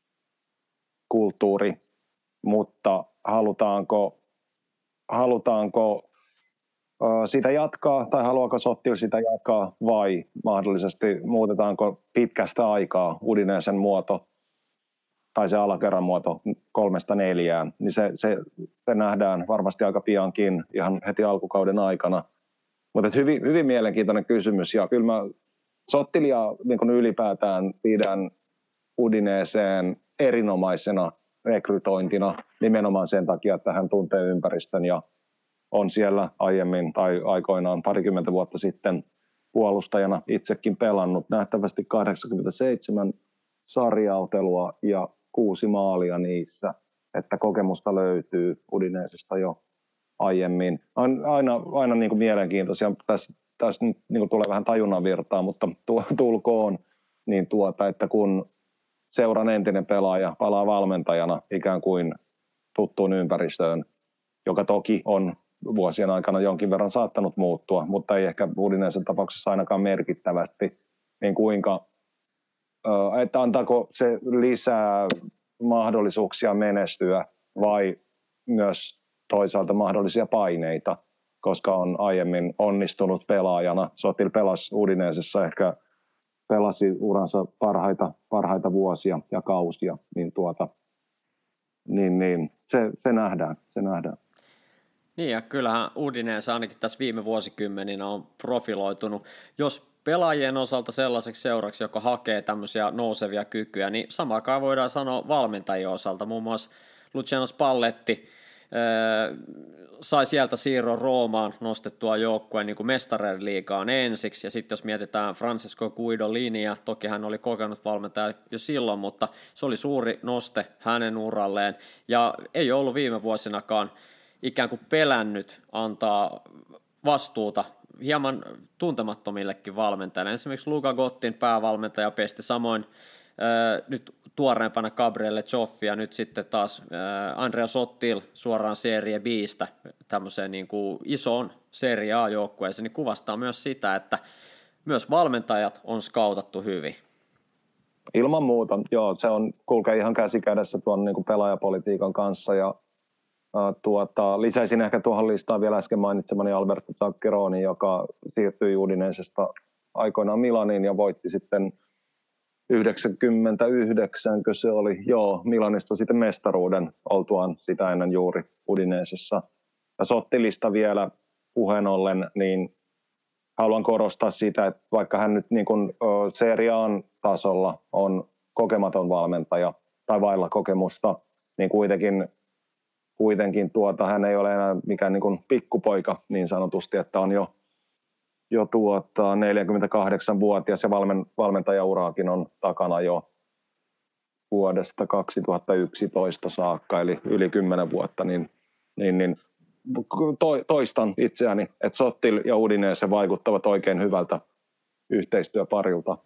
kulttuuri, mutta halutaanko, halutaanko uh, sitä jatkaa tai haluaako Sottil sitä jatkaa vai mahdollisesti muutetaanko pitkästä aikaa Udinesen muoto tai se alakerran muoto kolmesta neljään, niin se, se, se nähdään varmasti aika piankin ihan heti alkukauden aikana. Mutta hyvin, hyvin mielenkiintoinen kysymys ja kyllä mä Sottilia niin kuin ylipäätään pidän Udineseen erinomaisena rekrytointina nimenomaan sen takia, että hän tuntee ympäristön ja on siellä aiemmin tai aikoinaan parikymmentä vuotta sitten puolustajana itsekin pelannut. Nähtävästi kahdeksankymmentäseitsemän sarjaotelua ja kuusi maalia niissä, että kokemusta löytyy Udinesesta jo aiemmin. Aina, aina niin kuin mielenkiintoisia. Tässä, tässä nyt niin kuin tulee vähän tajunnan virtaa, mutta tulkoon, niin tuota, että kun seuran entinen pelaaja palaa valmentajana ikään kuin tuttuun ympäristöön, joka toki on vuosien aikana jonkin verran saattanut muuttua, mutta ei ehkä Udinesen tapauksessa ainakaan merkittävästi, niin kuinka, että antaako se lisää mahdollisuuksia menestyä vai myös toisaalta mahdollisia paineita, koska on aiemmin onnistunut pelaajana. Sotil pelasi Udinesessa, ehkä pelasi uransa parhaita, parhaita vuosia ja kausia, niin, tuota, niin, niin se, se nähdään, se nähdään. Niin ja kyllähän Udinese ainakin tässä viime vuosikymmeninä on profiloitunut, jos pelaajien osalta sellaiseksi seuraksi, joka hakee tämmöisiä nousevia kykyjä, niin samaan voidaan sanoa valmentajien osalta. Muun muassa Luciano Spalletti äh, sai sieltä siirron Roomaan nostettua joukkueen niin kuin Mestareiden liigaan ensiksi, ja sitten jos mietitään Francisco Guidolinia, toki hän oli kokenut valmentaja jo silloin, mutta se oli suuri noste hänen uralleen, ja ei ollut viime vuosinakaan ikään kuin pelännyt antaa vastuuta hieman tuntemattomillekin valmentajille. Esimerkiksi Luka Gottin päävalmentaja pesti, samoin äh, nyt tuoreempana Gabriele Cioffi ja nyt sitten taas äh, Andrea Sottil suoraan Serie B:stä tämmöiseen niin kuin isoon Serie A-joukkueeseen, niin kuvastaa myös sitä, että myös valmentajat on skautattu hyvin. Ilman muuta, joo, se on kulkee ihan käsi kädessä tuon niin kuin pelaajapolitiikan kanssa ja Tuota, lisäisin ehkä tuohon listaan vielä äsken mainitsemani Alberto Zaccheroni, joka siirtyi Udinesesta aikoinaan Milaniin ja voitti sitten yhdeksänkymmentäyhdeksän, kun se oli, joo, Milanista sitten mestaruuden oltuaan sitä ennen juuri Udinesessa. Ja Sottilista vielä puheen ollen, niin haluan korostaa sitä, että vaikka hän nyt niin kuin Serie A:n tasolla on kokematon valmentaja tai vailla kokemusta, niin kuitenkin Kuitenkin tuota, hän ei ole enää mikään niin kuin pikkupoika niin sanotusti, että on jo, jo tuota neljäkymmentäkahdeksanvuotias ja valmen, valmentajauraakin on takana jo vuodesta kaksituhattayksitoista saakka, eli yli kymmenen vuotta, niin, niin, niin to, toistan itseäni, että Sottil ja Udinese vaikuttavat oikein hyvältä yhteistyöparilta.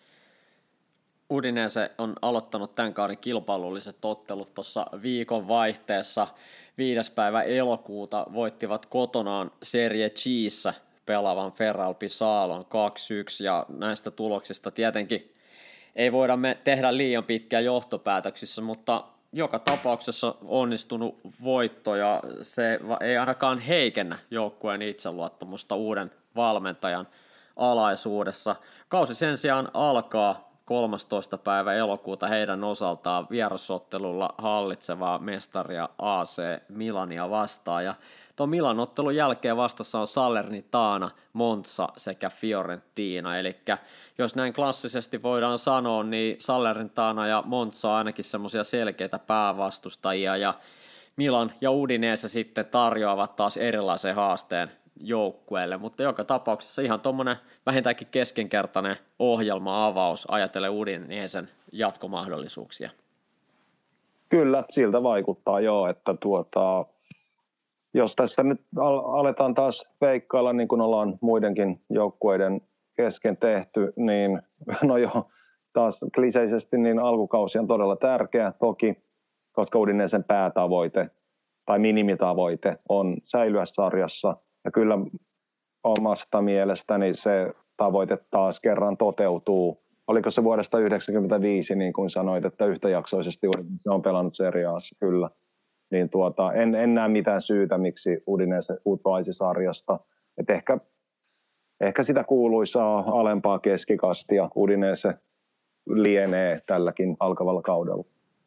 Udinese on aloittanut tämän kauden kilpailulliset ottelut tuossa viikon vaihteessa. Viides päivä elokuuta voittivat kotonaan Serie G:ssä pelaavan Ferral Pisalon kaksi yksi, ja näistä tuloksista tietenkin ei voida me tehdä liian pitkiä johtopäätöksissä, mutta joka tapauksessa onnistunut voitto, ja se ei ainakaan heikennä joukkueen itseluottamusta uuden valmentajan alaisuudessa. Kausi sen sijaan alkaa kolmastoista päivä elokuuta heidän osaltaan vierasottelulla hallitsevaa mestaria A C Milania vastaan. Ja tuon Milan ottelun jälkeen vastassa on Salernitana, Monza sekä Fiorentina. Eli jos näin klassisesti voidaan sanoa, niin Salernitana ja Monza on ainakin semmoisia selkeitä päävastustajia. Ja Milan ja Udinese sitten tarjoavat taas erilaisen haasteen joukkueelle, mutta joka tapauksessa ihan tuommoinen vähintäänkin keskinkertainen ohjelma-avaus ajatellen Udinesen jatkomahdollisuuksia. Kyllä, siltä vaikuttaa joo, että tuota, jos tässä nyt aletaan taas veikkailla niin kuin ollaan muidenkin joukkueiden kesken tehty, niin no joo, taas kliseisesti niin alkukausi on todella tärkeä toki, koska Udinesen päätavoite tai minimitavoite on säilyä sarjassa. Ja kyllä omasta mielestäni se tavoite taas kerran toteutuu. Oliko se vuodesta yhdeksänkymmentäviisi, niin kuin sanoit, että yhtäjaksoisesti Udinese on pelannut Serie A:ssa, kyllä. Niin tuota, en, en näe mitään syytä, miksi Udinese putoaisi sarjasta. Et ehkä, ehkä sitä kuuluisaa alempaa keskikastia Udinese lienee tälläkin alkavalla kaudella.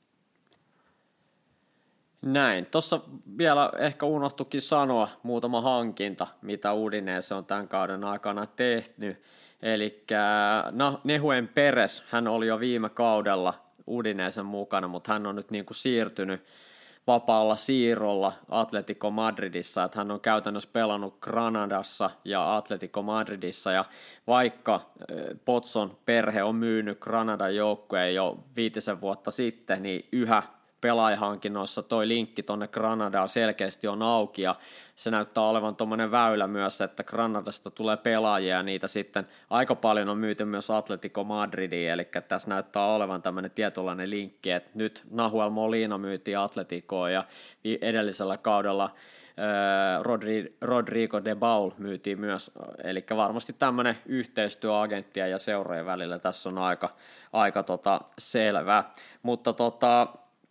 Näin. Tuossa vielä ehkä unohtukin sanoa muutama hankinta, mitä Udinese on tämän kauden aikana tehnyt. Eli Nehuen Peres, hän oli jo viime kaudella Udinesen mukana, mutta hän on nyt niin kuin siirtynyt vapaalla siirrolla Atletico Madridissa, että hän on käytännössä pelannut Granadassa ja Atletico Madridissa, ja vaikka Pozzon perhe on myynyt Granadan joukkueen jo viitisen vuotta sitten, niin yhä pelaajahankinnoissa toi linkki tonne Granadaan selkeästi on auki, ja se näyttää olevan tuommoinen väylä myös, että Granadasta tulee pelaajia, ja niitä sitten aika paljon on myyty myös Atletico Madridiin, eli tässä näyttää olevan tämmöinen tietynlainen linkki, että nyt Nahuel Molina myytiin Atleticoon, ja edellisellä kaudella Rodri, Rodrigo de Paul myytiin myös, eli varmasti tämmöinen yhteistyö agenttien ja seurojen välillä tässä on aika, aika tota selvä, mutta tota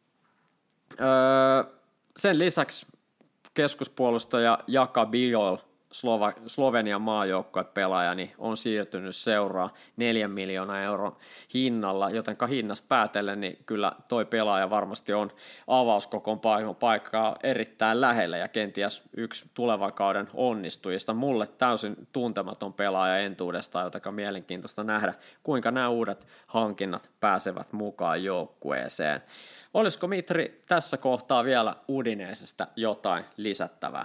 Öö, sen lisäksi keskuspuolustaja Jaka Bijol, Slova, Slovenian maajoukkuepelaaja, niin on siirtynyt seuraa neljän miljoonan euron hinnalla, jotenka hinnasta päätellen, niin kyllä toi pelaaja varmasti on avauskokon paikkaa erittäin lähellä ja kenties yksi tulevan kauden onnistujista. Mulle täysin tuntematon pelaaja entuudestaan, jotenka mielenkiintoista nähdä, kuinka nämä uudet hankinnat pääsevät mukaan joukkueeseen. Olisiko Mitri tässä kohtaa vielä Udinesestä jotain lisättävää?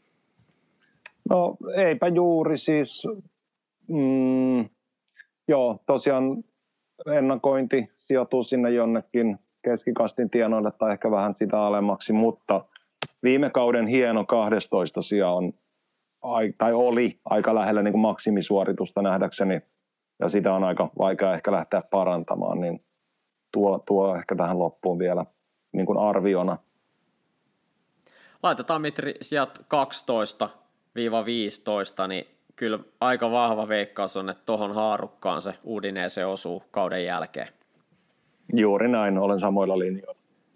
No eipä juuri siis, mm, joo tosiaan ennakointi sijoituu sinne jonnekin keskikastin tienoille tai ehkä vähän sitä alemmaksi, mutta viime kauden hieno kahdestoista sija on, tai oli aika lähellä niin kuin maksimisuoritusta nähdäkseni, ja sitä on aika vaikea ehkä lähteä parantamaan, niin Tuo, tuo ehkä tähän loppuun vielä niin kuin arviona. Laitetaan Mitri sieltä kaksitoista viisitoista, niin kyllä aika vahva veikkaus on, että tuohon haarukkaan se Udinese osuu kauden jälkeen. Juuri näin, olen samoilla linjoilla.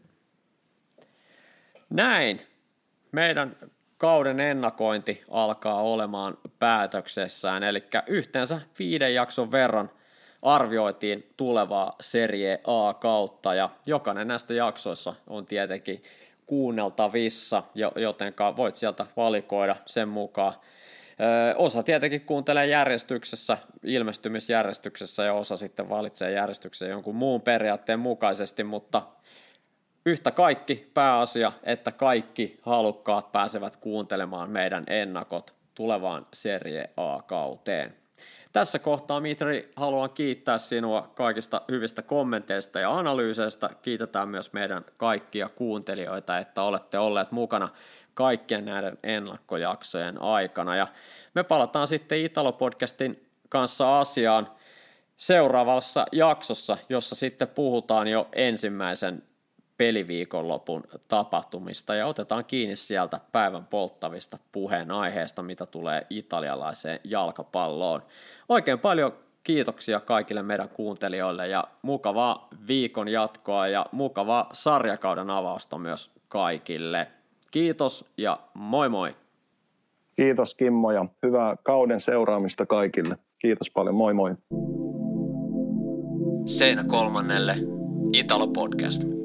Näin. Meidän kauden ennakointi alkaa olemaan päätöksessään, eli yhteensä viiden jakson verran arvioitiin tulevaa Serie A-kautta, ja jokainen näistä jaksoissa on tietenkin kuunneltavissa, jotenka voit sieltä valikoida sen mukaan. Ö, osa tietenkin kuuntelee järjestyksessä, ilmestymisjärjestyksessä, ja osa sitten valitsee järjestyksessä jonkun muun periaatteen mukaisesti, mutta yhtä kaikki pääasia, että kaikki halukkaat pääsevät kuuntelemaan meidän ennakot tulevaan Serie A-kauteen. Tässä kohtaa, Mitri, haluan kiittää sinua kaikista hyvistä kommenteista ja analyyseistä. Kiitetään myös meidän kaikkia kuuntelijoita, että olette olleet mukana kaikkien näiden ennakkojaksojen aikana. Ja me palataan sitten Italo-podcastin kanssa asiaan seuraavassa jaksossa, jossa sitten puhutaan jo ensimmäisen peliviikonlopun tapahtumista ja otetaan kiinni sieltä päivän polttavista puheenaiheesta, mitä tulee italialaiseen jalkapalloon. Oikein paljon kiitoksia kaikille meidän kuuntelijoille ja mukavaa viikon jatkoa ja mukavaa sarjakauden avausta myös kaikille. Kiitos ja moi moi! Kiitos Kimmo ja hyvää kauden seuraamista kaikille. Kiitos paljon, moi moi! Seinä kolmannelle Italo Podcast.